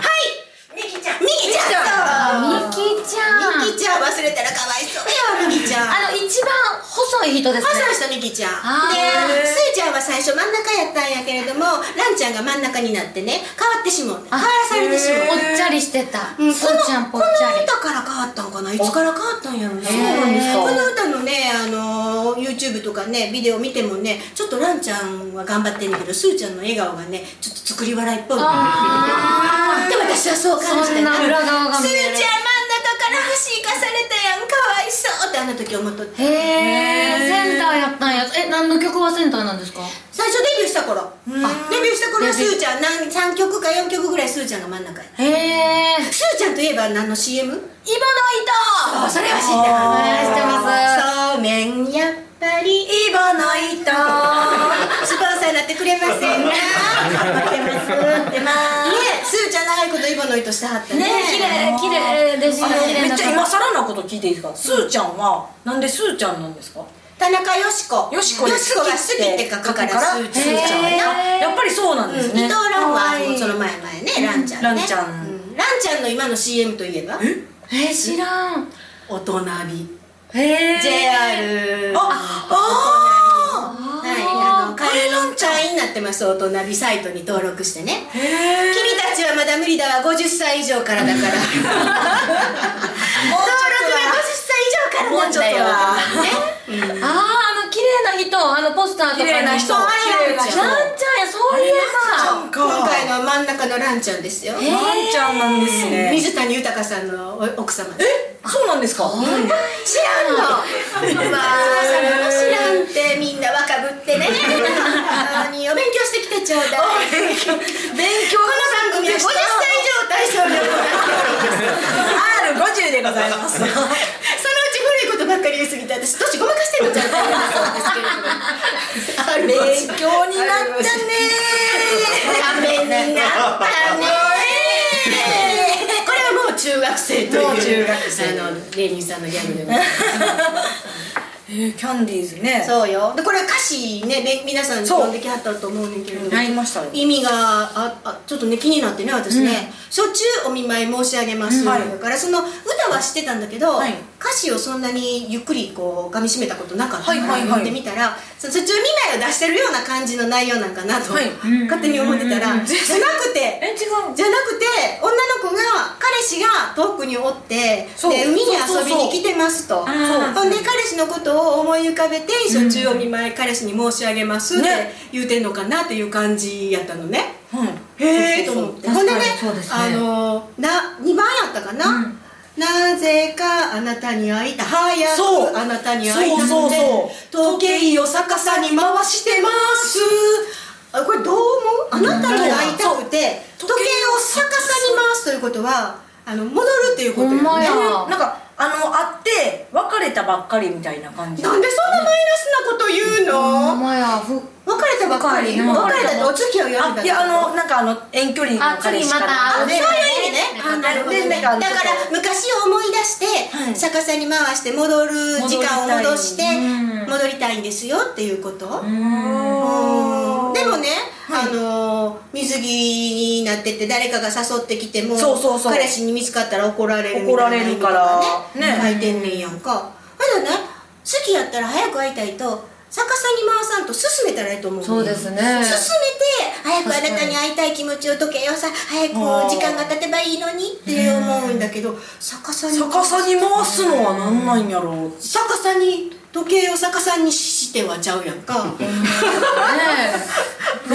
ミキちゃん。ミキちゃん。 ミキちゃん。 ミキちゃん忘れたらかわいそうよ、ミキちゃん。 あの一番細い人ですね。 細い人ミキちゃん。で、スーちゃんは最初真ん中やったんやけれども、ランちゃんが真ん中になってね、変わってしもう。変わらされてしもう。 ぽっちゃりしてた。スーちゃんぽっちゃり。 この歌から変わったんかな。いつから変わったんやろね。そうなんですか。 この歌のね、あの YouTube とかね、ビデオ見てもね、ちょっとランちゃんは頑張ってんだけど、スーちゃんの笑顔がね、ちょっと作り笑いっぽい。で、私はそう感じて。 そんな裏側が見える。 スーちゃん真ん中から走かされたやん、かわいそうってあの時思っとって。 へえ、センターやったんや。え、何の曲がセンターなんですか？ 最初デビューした頃。デビューした頃はスーちゃん何さんきょくかよんきょくぐらいスーちゃんが真ん中や。 へえ。 スーちゃんといえば何の シーエム？ イボの糸。そう、それは知ってます。そうめんやっぱりイボの糸。スポンサーになってくれませんか？待ってます。でまあね、スーちゃん長いことイボの糸してはったね。 ね、綺麗綺麗でした。 めっちゃ今更なこと聞いていいですか？スーちゃんはなんでスーちゃんなんですか？ 田中よしこ。 よしこが好きって書くからスーちゃんやな。 やっぱりそうなんですね。 伊藤蘭はその前前ね、ランちゃんね。 ランちゃん。 ランちゃんの今の シーエム といえば？ え、知らん。 おとなび。 へえ。 ジェイアール。 あ、あはい、あの会員会員になってます。おとなびサイトに登録してね。君たちはまだ無理だわ。ごじゅっさい以上からだから。登録はごじゅっさい以上からなんだよ。 ああ、あの綺麗な人、あのポスターとかに。 綺麗な人。 あれランちゃん。 ランちゃんや、そういえば。 今回の真ん中のランちゃんですよ。 ランちゃんなんですね。 水谷豊さんの奥様。 え、そうなんですか？ 知らんの。まあ、それも知らんってみんな若ぶってね。何を勉強してきてちょうだい。勉強。この番組はごじゅっさい以上対象に行ってアールごじゅう でございます。 そのうち古いことばっかり言いすぎて私年ごまかしてるんじゃないかそうですけれども。 勉強になったね。 ためになったね。これはもう中学生という。 もう中学生あの芸人さんのギャグでございます。 えー、キャンディーズね。 そうよ。でこれ歌詞ね、皆さんに読んできはったと思うんだけど、 はいましたよ。 意味がああちょっとね気になってね私ね、しょっちゅうお見舞い申し上げます、だからその歌は知ってたんだけど、歌詞をそんなにゆっくりこう噛み締めたことなかったから読んでみたら、そっちゅう見舞いを出してるような感じの内容なんかなと勝手に思ってたら、じゃなくてえ違うじゃなくて女の子が彼氏が遠くにおってで海に遊びに来てますと。ほんで彼氏のことを思い浮かべてしょっちゅうお見舞い彼氏に申し上げますって言うてんのかなっていう感じやったのね。へえと思って、ほんでねあのなにばんやったかな、なぜかあなたに会いた早くあなたに会いたくて時計を逆さに回してます。あこれどう思う？あなたに会いたくて時計を逆さに回すということはあの戻るっていうことよね。 なんかあの会って別れたばっかりみたいな感じ。 なんでそんなマイナスなこと言うの？ ほんまや。ふ別れたばっかり。別れたってお付き合いをやるんだ。 いやあのなんかあの遠距離の彼氏から。 あそういう意味ね。あなるほどね。だから昔を思い出して逆さに回して戻る時間を戻して戻りたいんですよっていうこと。でもねあの水着になってて誰かが誘ってきても彼氏に見つかったら怒られるみたいな意味とかね書いてんねんやんか。だね好きやったら早く会いたいと逆さに回さんと進めたらいいと思う。 そうですね。 進めて早くあなたに会いたい気持ちを解けよさ早く時間が経てばいいのにって思うんだけど逆さに逆さに回すのはなんなんやろう。 逆さに時計を逆さにしてはちゃうやんか。 ねえ。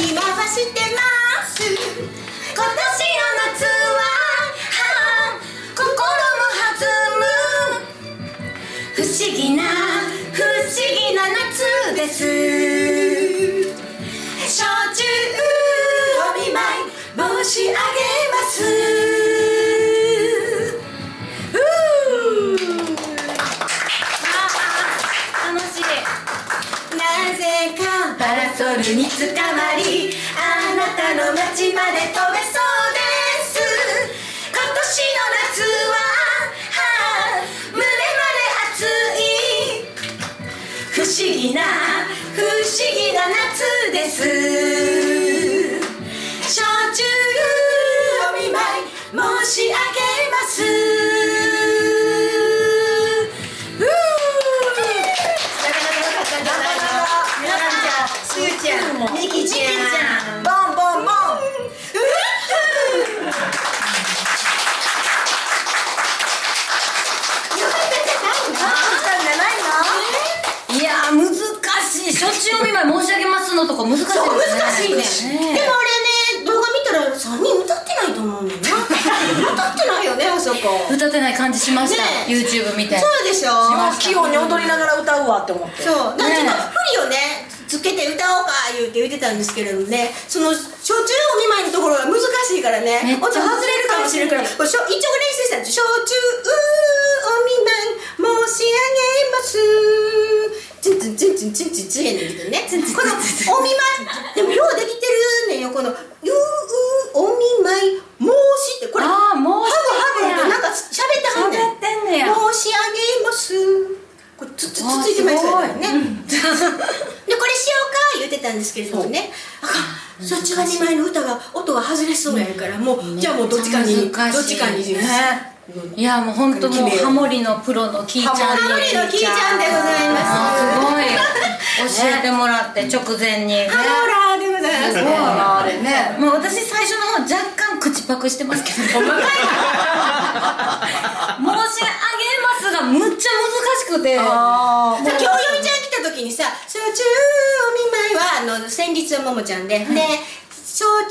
に回してます今年の夏は心も弾む不思議な不思議な夏です焼酎お見舞い申し上げます楽しい。 なぜかパラソルにつかまりあなたの街まで飛べそうです今年の夏は胸まで熱い不思議な不思議な夏です焼酎お見舞い申し上げますミキちゃん、ボンボンボン。 いやー難しい。焼酎お見舞い申し上げますのとか難しいですね。 難しいね。でもあれね、動画見たらさんにん歌ってないと思うねんな。歌ってないよね、あそこ。 歌ってない感じしました。YouTube 見て。 そうでしょ。 器用に踊りながら歌うわって思って。 そう。なんかちょっと振りをね。つけて歌おうか言うて言ってたんですけれどもねその焼酎お見舞いのところが難しいからね音外れるかもしれないからこれ一応練習したんです焼酎お見舞い申し上げますチンチンチンチンチンチンチンやねんけどねこのお見舞いでもようできてるねんよこの「ううお見舞い申し」ってこれハグハグってなんか喋ってはんねん喋ってんねや申し上げますこれつつつついてましたよね、うん、でこれしようか言ってたんですけれどもねあかんそっちがにまいの歌が音が外れそうやからもうじゃあもうどっちかにどっちかにいやもう本当もうハモリのプロのキーちゃんハモリのキーちゃんでございますすごい教えてもらって直前にハモラーでございますねあれねもう私最初の方若干口パクしてますけど申し上げますがむっちゃ難しくてあ今日よみちゃん来た時にさ「焼酎お見舞いは」あの先日はももちゃんでで「焼酎お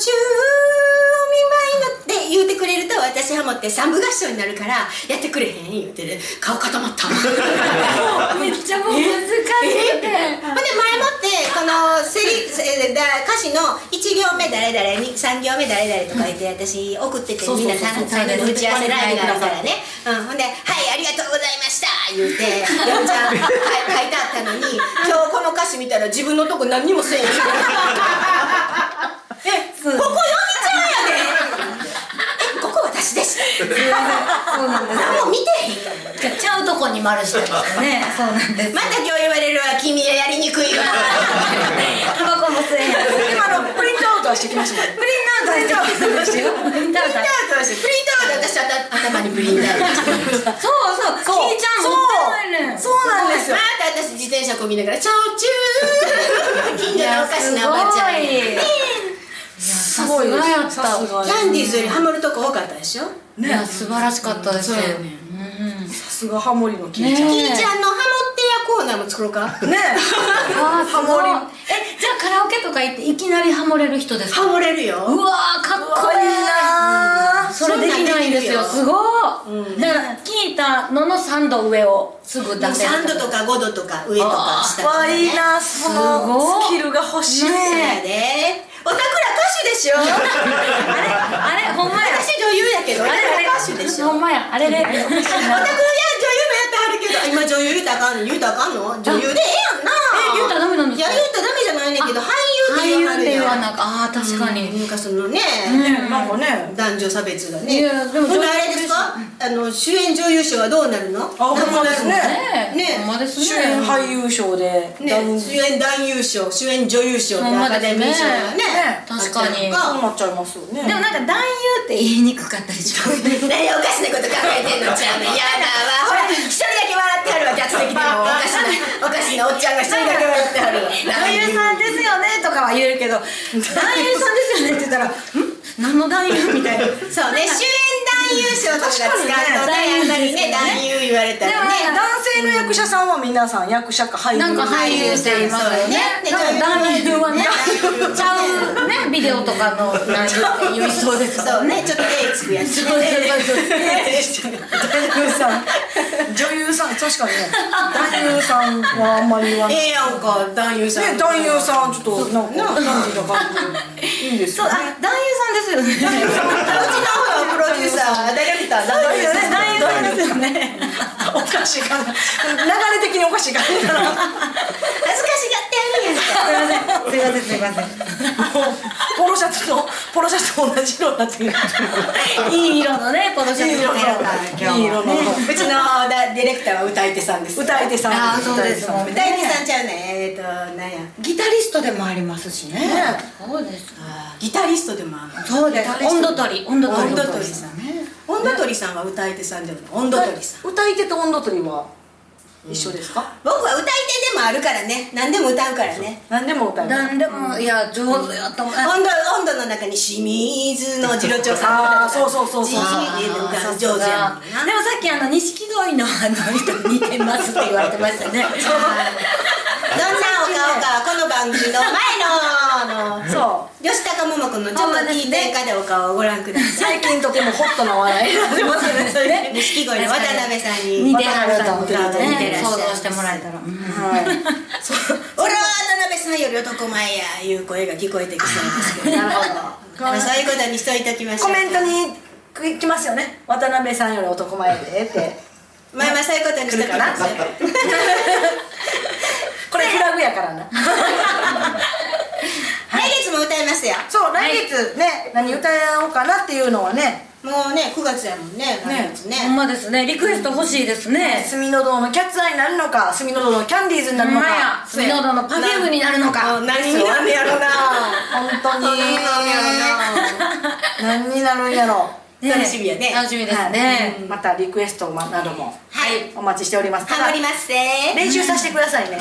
見舞いの」って言うてくれると私ハモって三部合唱になるからやってくれへん言うてね顔固まっためっちゃもう難しくてほんで前もってこのセリ歌詞のいち行目誰々にさん行目誰々とか言って私送っててみんなさんにんの打ち合わせライブがあるからねほんで「はいありがとうございました」言うてよみちゃん書いてあったのに今日この歌詞見たら自分のとこ何にもせえへんえここよみちゃんやでえここ私でしたそうなんです何も見てへんかもちゃうとこに丸してますねそうなんですまた今日言われるわ君はやりにくいわタバコも吸えへん今のプリントアウトはしてきましたプリンアウトしてプリンアウトしてプリントアウト私頭にプリンアウトそうそうキーちゃんもったいないねそうなんですよまた私自転車こぎながら「ちょうちゅう」近所のおかしなおばちゃんすごいやったキャンディーズよりハモるとこ多かったでしょいや素晴らしかったですさすがハモリのキーちゃんキーちゃんのハモってやコーナーも作ろうかねあハモリえじゃあカラオケとか行っていきなりハモれる人ですかハモれるようわーかっこいいなそれできないんですよすごいだから聞いたののさんど上をすぐ出せるさんどとかごどとか上とか下とかねいいなそのスキルが欲しいねおたくら歌手でしょあれあれほんまや私女優やけどあれあれ歌手でしょほんまやあれでおたくらいや女優もやってはるけど今女優言うたらあかんの言うたらあかんの女優でええやんなえ言うたらダメなんですかいや言うたらダメじゃないねんけど俳優って言わはるやん俳優って言わなかああ確かになんかそのねなんかね男女差別がねいやでもほんであれですかあの主演女優賞はどうなるのあほんまですねねほんまですね主演俳優賞でね主演男優賞主演女優賞ってアカデミー賞がね確かにそうなっちゃいますよねでもなんか男優って言いにくかったりしますね何おかしなこと考えてんのちゃうねんやだわほら一人だけ笑ってはるわ客席でもおかしなおかしなおっちゃんが一人だけ笑ってはるわ男優さんですよねとかは言えるけど男優さんですよねって言ったらん何の男優みたいなそうね主演男優賞とか使うとねやっぱりね男優言われたらね男性の役者さんは皆さん役者か俳優なんか俳優って言いますよねね男優はねちゃうビデオとかの男優って言いそうですそうね、ちょっと手つくやつ。 そうそうそう男優さん、女優さん、確かにね男優さんはあんまり言わない。 ええやんか、男優さん。 ね、男優さんちょっとなんか感じな感じいいですよね。 あ、男優さんですよね。 うちの方はプロデューサー、ダイレクター、 そうですよね、 男優さんですよね。 おかしいかな、流れ的におかしいかな。 恥ずかしがってやるんやんか。 すいませんすいませんすいません。 もうポロシャツとポロシャツと同じ色になってる。 いい色のね、ポロシャツ着てるから今日いい色の。 うちのダディレクターは歌い手さんです。 歌い手さん。 あー、そうですもんね。 歌い手さんちゃうね。えっと、なんや。 ギタリストでもありますしね。そうです。 ギタリストでもある。 そうです。温度取り、温度取り。 温度取りさんね。温度取りさんは歌い手さんでもない。温度取りさん。 歌い手と温度取りは一緒ですか？ 僕は歌い手でもあるからね。何でも歌うからね。 何でも歌う。 なんでも、いや、上手やと思う。 温度、温度の中に清水の次郎長さんああ、そうそうそうそう。 じーで歌う上手やもんな。 でもさっきあの錦鯉のあの人に似てますって言われてましたね。 どんなお顔かこの番組の前のあのそう吉高桃子のちょっと聞いてかでお顔をご覧ください。 最近とてもホットな笑いになってますよね。 錦鯉の渡辺さんに似てはると思って似てらっしゃるね、想像してもらえたら。 はい。 俺は渡辺さんより男前やいう声が聞こえてきそうですけど、 なるほど。 まあそういうことにしといておきましょう。 コメントに来ますよね。渡辺さんより男前でって。 まあまあそういうことにしときましょう。 これフラグやからな。 来月も歌いますよ。 そう、来月ね、何歌おうかなっていうのはね、 もうねくがつやもんね。来月ほんね。 まですね、リクエスト欲しいですね。 隅の堂のキャッツアイになるのか、隅の堂のキャンディーズになるのか、 隅の堂のパフュームになるのか。 何になんねやろな。 本当に何になるんやろ。 楽しみやね。 楽しみですね。 またリクエストなどもはいお待ちしております。 ハマりますね。 練習させてくださいね。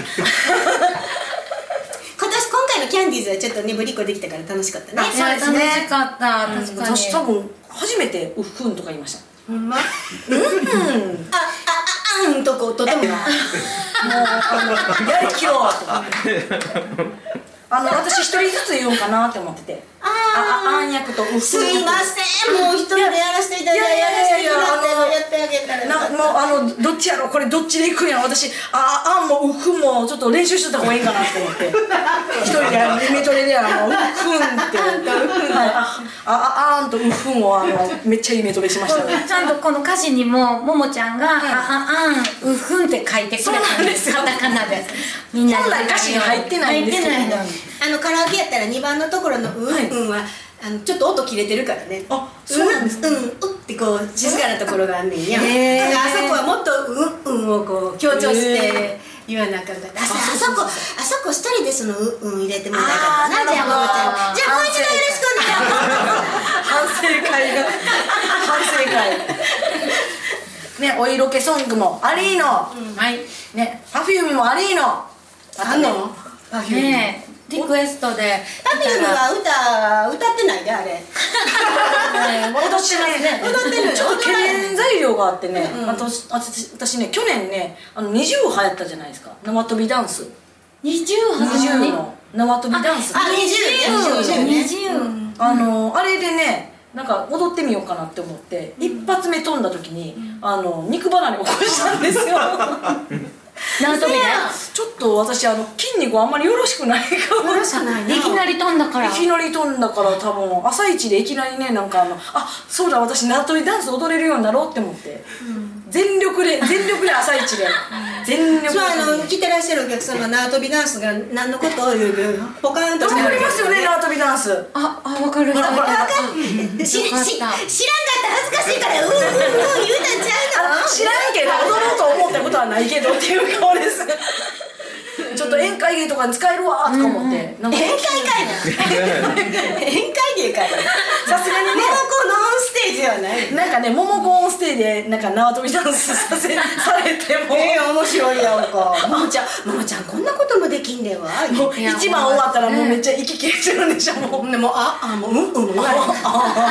今年今回のキャンディーズはちょっとねぶりっこできたから楽しかったね。 あそうですね楽しかった、確かに。 私多分初めてウッフンとか言いました。 ほんま。あうん。 あああんとことてもな。 もうあのやりきろうとか。あの私一人ずつ言おうかなって思ってて。あああん役とウッフン。 すいません、もう一人でやらせていただいて、やらせていただいてやってあげたら。 なもうあのどっちやろこれどっちでいくんやろ私ああんもウッフンもちょっと練習してた方がいいかなって思って一人でイメトレであのウッフンってはいあああんとウッフンをあのめっちゃイメトレしましたね。 ちゃんとこの歌詞にもももちゃんが「あああんうふん」って書いてくれたんです。 そうなんですよカタカナでみんな本来歌詞に入ってないんですけどね入ってないのに。 あのカラオケやったらにばんのところの「うんうん」はあのちょっと音切れてるからね。 あそうなんですか。 うんうんってこう静かなところがあんねんや。 へーあそこはもっと「うんうん」をこう強調して言わなあかんかった。あそあそこあそこ一人でその「うんうん」入れてもらいたかったな。じゃあももちゃんじゃあもう一度よろしくお願いします。 反省会が反省会ねお色気ソングもありーのはいねパフュームもありーのあんのパフューム。 ねえリクエストでパフュームは歌歌ってないであれ。 私ね踊ってるよちょっと懸念材料があってね、私私私ね去年ねあのにじゅう流行ったじゃないですか、縄跳びダンスにじゅうにじゅうの縄跳びダンスあにじゅうね。 にじゅうあのあれでねなんか踊ってみようかなって思って一発目飛んだ時にあの肉離れを起こしたんですよ。 縄跳びでちょっと私あの筋肉あんまりよろしくないかも。 いきなり飛んだからいきなり飛んだから多分朝一でいきなりねなんかあのあそうだ私縄跳びダンス踊れるようになろうって思って、うん、全力で全力で朝一で全力でそうあの来てらっしゃるお客様縄跳びダンスが何のことを言うポカーンとわかりますよね縄跳びダンス。 ああ分かる人いた。 ほら分かっしし知らんかったら恥ずかしいからうんうんうん言うたんちゃうの。 知らんけど踊ろうと思ったことはないけどっていう顔です。ちょっと宴会芸とかに使えるわとか思って、なんか宴会会な宴会芸かいさすがにねモモコのオンステージはないなんかねモモコオンステーでなんか縄跳びダンスさせされてもええ面白いやんかももちゃんももちゃんこんなこともできんでわもう一番終わったらもうめっちゃ息切れてるんでしょもうでもああもううんうん言われへんま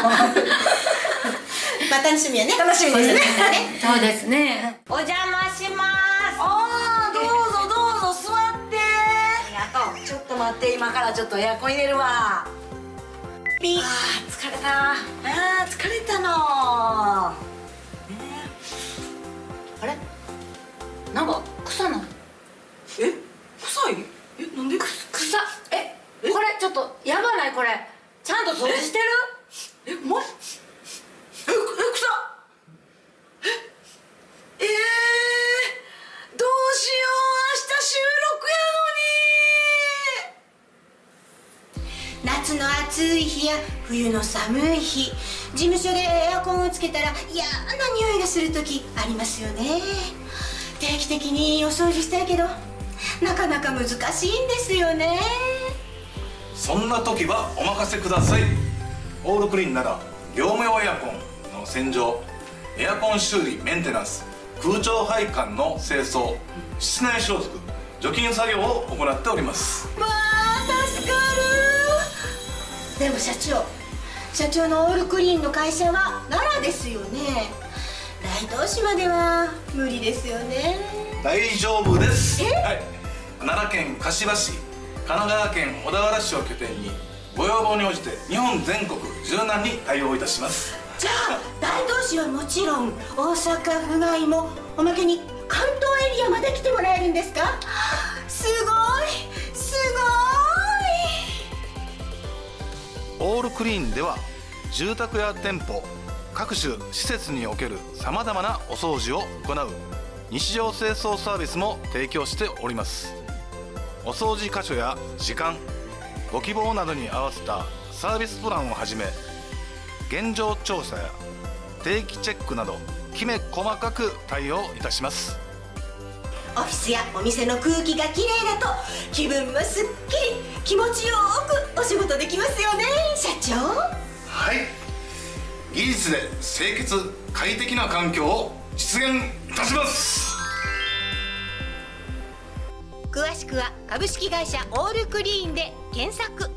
あ楽しみやね楽しみですねそうですね。お邪魔します。 あーどうぞどうぞ座って。ありがとう。ちょっと待って今からちょっとエアコン入れるわ。 ああ疲れたの、ね、 あれなんか草ない？ え臭い？えなんで草？えこれちょっとやばないこれちゃんと掃除してる？ えまええ草ええー、どうしよう明日収録やのに。 夏の暑い日や冬の寒い日、事務所でエアコンをつけたら嫌な匂いがする時ありますよね。定期的にお掃除したいけどなかなか難しいんですよね。 そんな時はお任せください。オールクリーンなら業務用エアコンの洗浄、エアコン修理メンテナンス、空調配管の清掃、室内消毒、除菌作業を行っております。 わあ助かる。でも社長社長のオールクリーンの会社は奈良ですよね。大東市までは無理ですよね。 大丈夫です。はい、奈良県柏市、神奈川県小田原市を拠点にご要望に応じて日本全国柔軟に対応いたします。 じゃあ大東市はもちろん大阪府外もおまけに関東エリアまで来てもらえるんですか？すごいすごい。オールクリーンでは住宅や店舗各種施設におけるさまざまなお掃除を行う日常清掃サービスも提供しております。お掃除箇所や時間、ご希望などに合わせたサービスプランをはじめ、現状調査や定期チェックなどきめ細かく対応いたします。 オフィスやお店の空気がきれいだと気分もすっきり気持ちよくお仕事できますよね社長。 はい、技術で清潔快適な環境を実現いたします。 詳しくは株式会社オールクリーンで検索。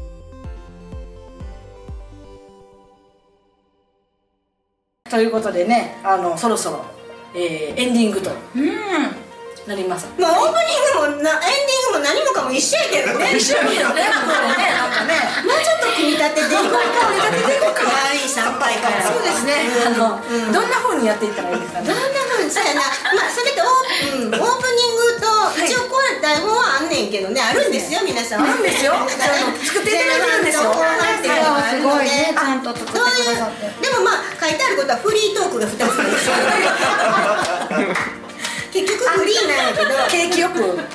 ということでね、あのそろそろ、えー、エンディングとなります。 まあオープニングもなエンディングも何もかも一緒やけどね。 一緒やけどね、これね、なんかね、 もうちょっと組み立てていこうか。組み立てていこうか。可愛い参拝から。 そうですね。あの、どんな風にやっていったらいいですかね。 どんな風にそうやな。まあそれとオープンオープニングと一応こうや台本はあんねんけどね、あるんですよ皆さん。 あるんですよ。作っていただけるんですよ。 すごいね、ちゃんと作ってくださって。 でもまあ書いてあることはフリートークがふたつですよ。結局フリーなんやけど景気よくエンディング。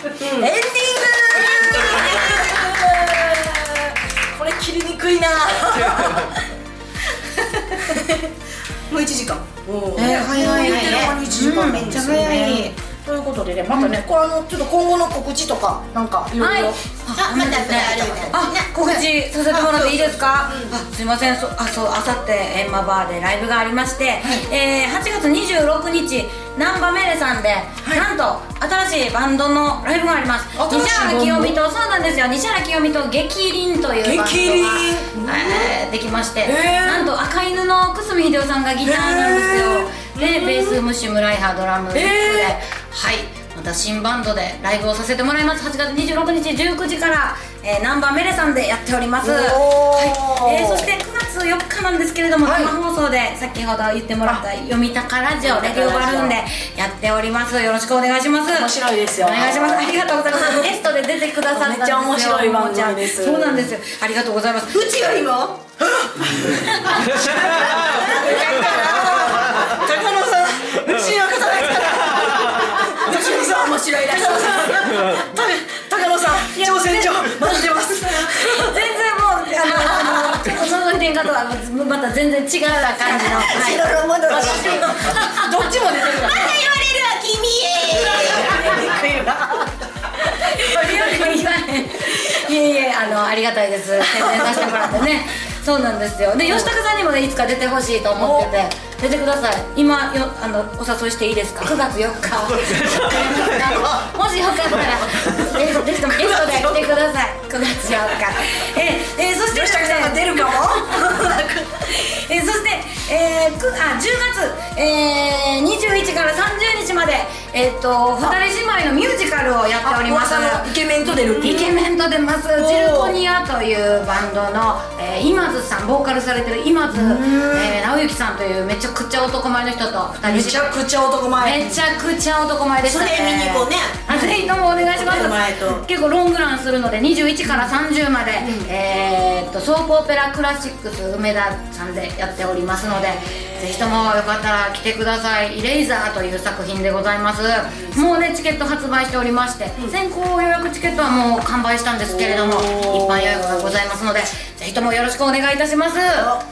これ切りにくいな。もういちじかん。 えー、早いね。 いちじかんめっちゃ早い。ということでね、またね、これあのちょっと今後の告知とかなんかいろいろ。 あ、またそれある。 あ、告知させてもらっていいですか？あ、すいません。そあ、そう、あさってエンマバーでライブがありまして、えー、はちがつにじゅうろくにちナンバメレさんでなんと新しいバンドのライブがあります。西原清美と、そうなんですよ。西原清美と激凛というバンドがえーできまして、なんと赤犬の久住秀夫さんがギターなんですよ。で、ベースムッシュ村井派ドラムで、はい。また新バンドでライブをさせてもらいます。はちがつにじゅうろくにちじゅうくじから、えー、ナンバーメレさんでやっております。はい、えー、そしてくがつよっかなんですけれども、生放送で先ほど言ってもらった読みたかラジオレディオバルーンでやっております。よろしくお願いします。 面白いですよ。 お願いします。ありがとうございます。ゲストで出てくださったんですよ。めっちゃ面白い番組です。そうなんですよ。ありがとうございます。 うちよりも高野さん、うちの方ですから面白いらしい。高野さん、挑戦状待ってます。 全然もうあのその点方はまた全然違う感じの。 いろいろ戻る。どっちも出てる。 また言われるわ君へ。 いえいえ、あのありがたいです。宣伝させてもらってね。そうなんですよ。で、吉高さんにもね、いつか出てほしいと思ってて、出てください。今よ、あのお誘いしていいですか？くがつよっか。もしよかったらぜひゲストで来てください。くがつよっか。えー、えー、そして吉高さんが出るかも。 えー、そして、えー、くあじゅうがつ、えー、にじゅういちからさんじゅうにちまで、 えっと二人姉妹のミュージカルをやっております。 イケメンと出るイケメンと出ます。ジルコニアというバンドの、えー、今津さん、ボーカルされてる今津、えー、直之さんというめちゃくちゃ男前の人とふたり。 めちゃくちゃ男前。 めちゃくちゃ男前でしたね。 それ見に行こうね。 あ、ぜひともお願いします。結構ロングランするのでにじゅういちからさんじゅうまで、うん、えー、っとソープオペラクラシックス梅田さんでやっておりますので、ぜひともよかったら来てください。イレイザーという作品でございます。もうねチケット発売しておりまして、うん、先行予約チケットはもう完売したんですけれども、一般予約がございますので、ぜひともよろしくお願いいたします。はい、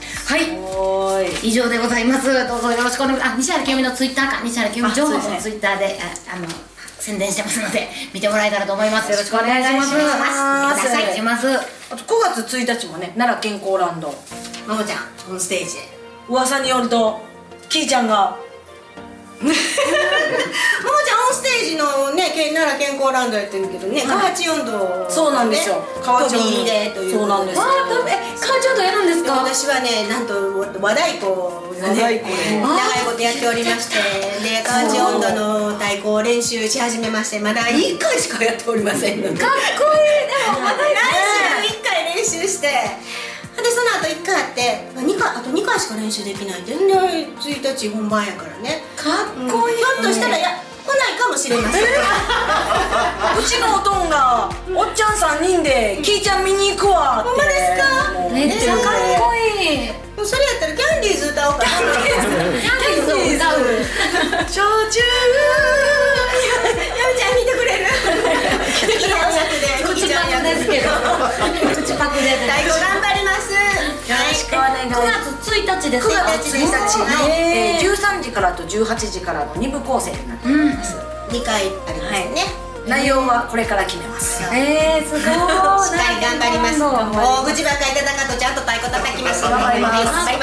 以上でございます。どうぞよろしくお願いします。あ、西原清美のツイッターか、西原清美情報のツイッターでああの宣伝してますので見てもらえたらと思います。よろしくお願いします。お願いします。 あとくがつついたちもね、奈良健康ランド、 ももちゃんオンステージへ。 噂によるとキーちゃんがももちゃんオンステージのね、奈良健康ランドやってるけどね、河内音頭、 そうなんですよ、 河内音頭でという。 そうなんですよ。 え、河内音頭やるんですか？ 私はね、なんと和太鼓がね、長いことやっておりまして、で河内音頭の太鼓を練習し始めまして、まだいっかいしかやっておりませんので。 かっこいい。でもまだ来週いっかい練習して、でその後いっかいやってにかい、あとにかいしか練習できないって。でついたち本番やからね。 かっこいい。 ひょっとしたらや来ないかもしれません。うちのおとんがおっちゃんさんにんでキーちゃん見に行くわって。 ほんまですか？ めっちゃかっこいい。 それやったらキャンディーズ歌おうかな。キャンディーズを歌う。 焼酎。 やみちゃん見てくれる？いいお作で。 口パクですけど。口パクで。 太鼓頑張ります。 よろしくお願いします。 くがつついたちです。 くがつついたちのじゅうさんじからとじゅうはちじからのにぶ構成になっております。 にかいありますね。 内容はこれから決めます。 えー、すごい。しっかり頑張ります。大口ばっかりいただかとちゃんと太鼓叩きます。頑張ります。頑張ります。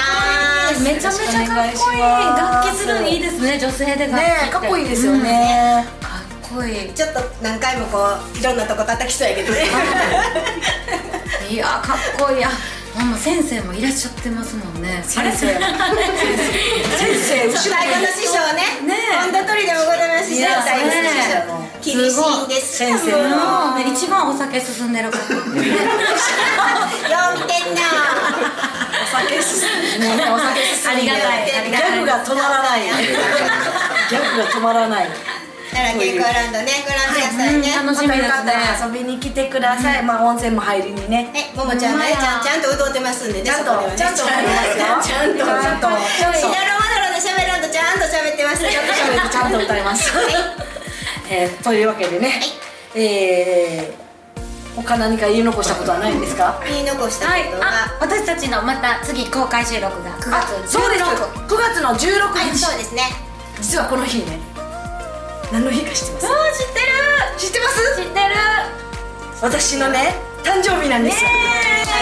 めちゃめちゃかっこいい。楽器するにいいですね、女性で楽器って。 かっこいいですよね。 かっこいい。 ちょっと何回もこういろんなとこ叩きそうやけどね。 いや、かっこいい。ほんま先生もいらっしゃってますもんね。 先生。先生。 太鼓の師匠ね。本田鳥でもございますし、太鼓の師匠。厳しいんです先生の一番お酒進んでるから。よんてんな。 お酒進んでね、お酒進んで。 ありがたい。 ギャグが止まらない。ギャグが止まらない。 奈良健康ランドね、ご覧くださいね。 楽しみですね。 遊びに来てください。まあ温泉も入りにね。 え、ももちゃんね、ちゃんちゃんと歌ってますんでね。 ちゃんとちゃんと歌ってますよ。ちゃんとちゃんと。 しなろまなろで喋らんとちゃんと喋ってます。 ちゃんと喋ってちゃんと歌います。えー、というわけでね、はい、えー、他何か言い残したことはないんですか？ 言い残したことは、 はい、私たちのまた次公開収録がくがつじゅうろく。 そうです、くがつのじゅうろくにち。 そうですね。 実はこの日ね、何の日か知ってます？ ああ、知ってる。 知ってます？ 知ってる。 私のね、誕生日なんですよ。 ありが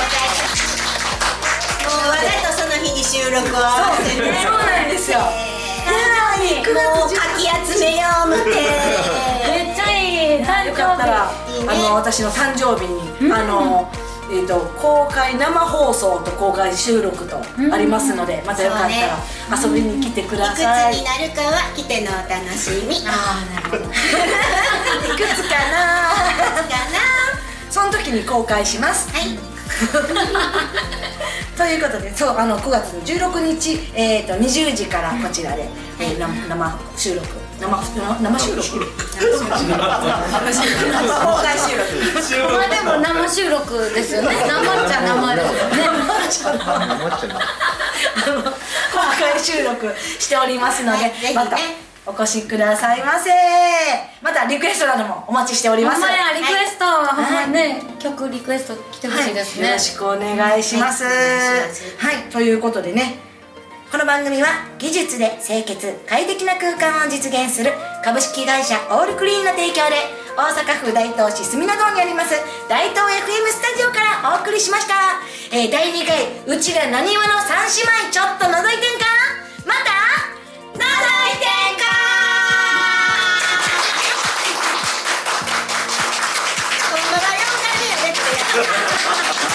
とうございます。もうわざとその日に収録を合わせて。 そうなんですよ。 もうかき集めよう思って。 めっちゃいい。誕生日。 よかったら、あの私の誕生日に、あのえっと公開生放送と公開収録とありますので、またよかったら遊びに来てください。 いくつになるかは来てのお楽しみ。 ああ、なるほど。いくつかな。その時に公開します。 はい。 ということで、そう、あのくがつのじゅうろくにち、えっとにじゅうじからこちらで、えー、生収録、生生収録、公開収録。 まあでも生収録ですよね。生っちゃ生ですよね。 公開収録しておりますので、またお越しくださいませ。またリクエストなどもお待ちしております。 ほんまや、リクエスト、ほんまね、曲リクエスト来てほしいですね。 よろしくお願いします。はい、ということでね、この番組は技術で清潔快適な空間を実現する株式会社オールクリーンの提供で、大阪府大東市住の堂にあります大東 エフエム スタジオからお送りしました。えー、だいにかいうちらなにわの三姉妹ちょっと覗いてんか。また覗いてんか。こんばんは、よんかいめやね、これ。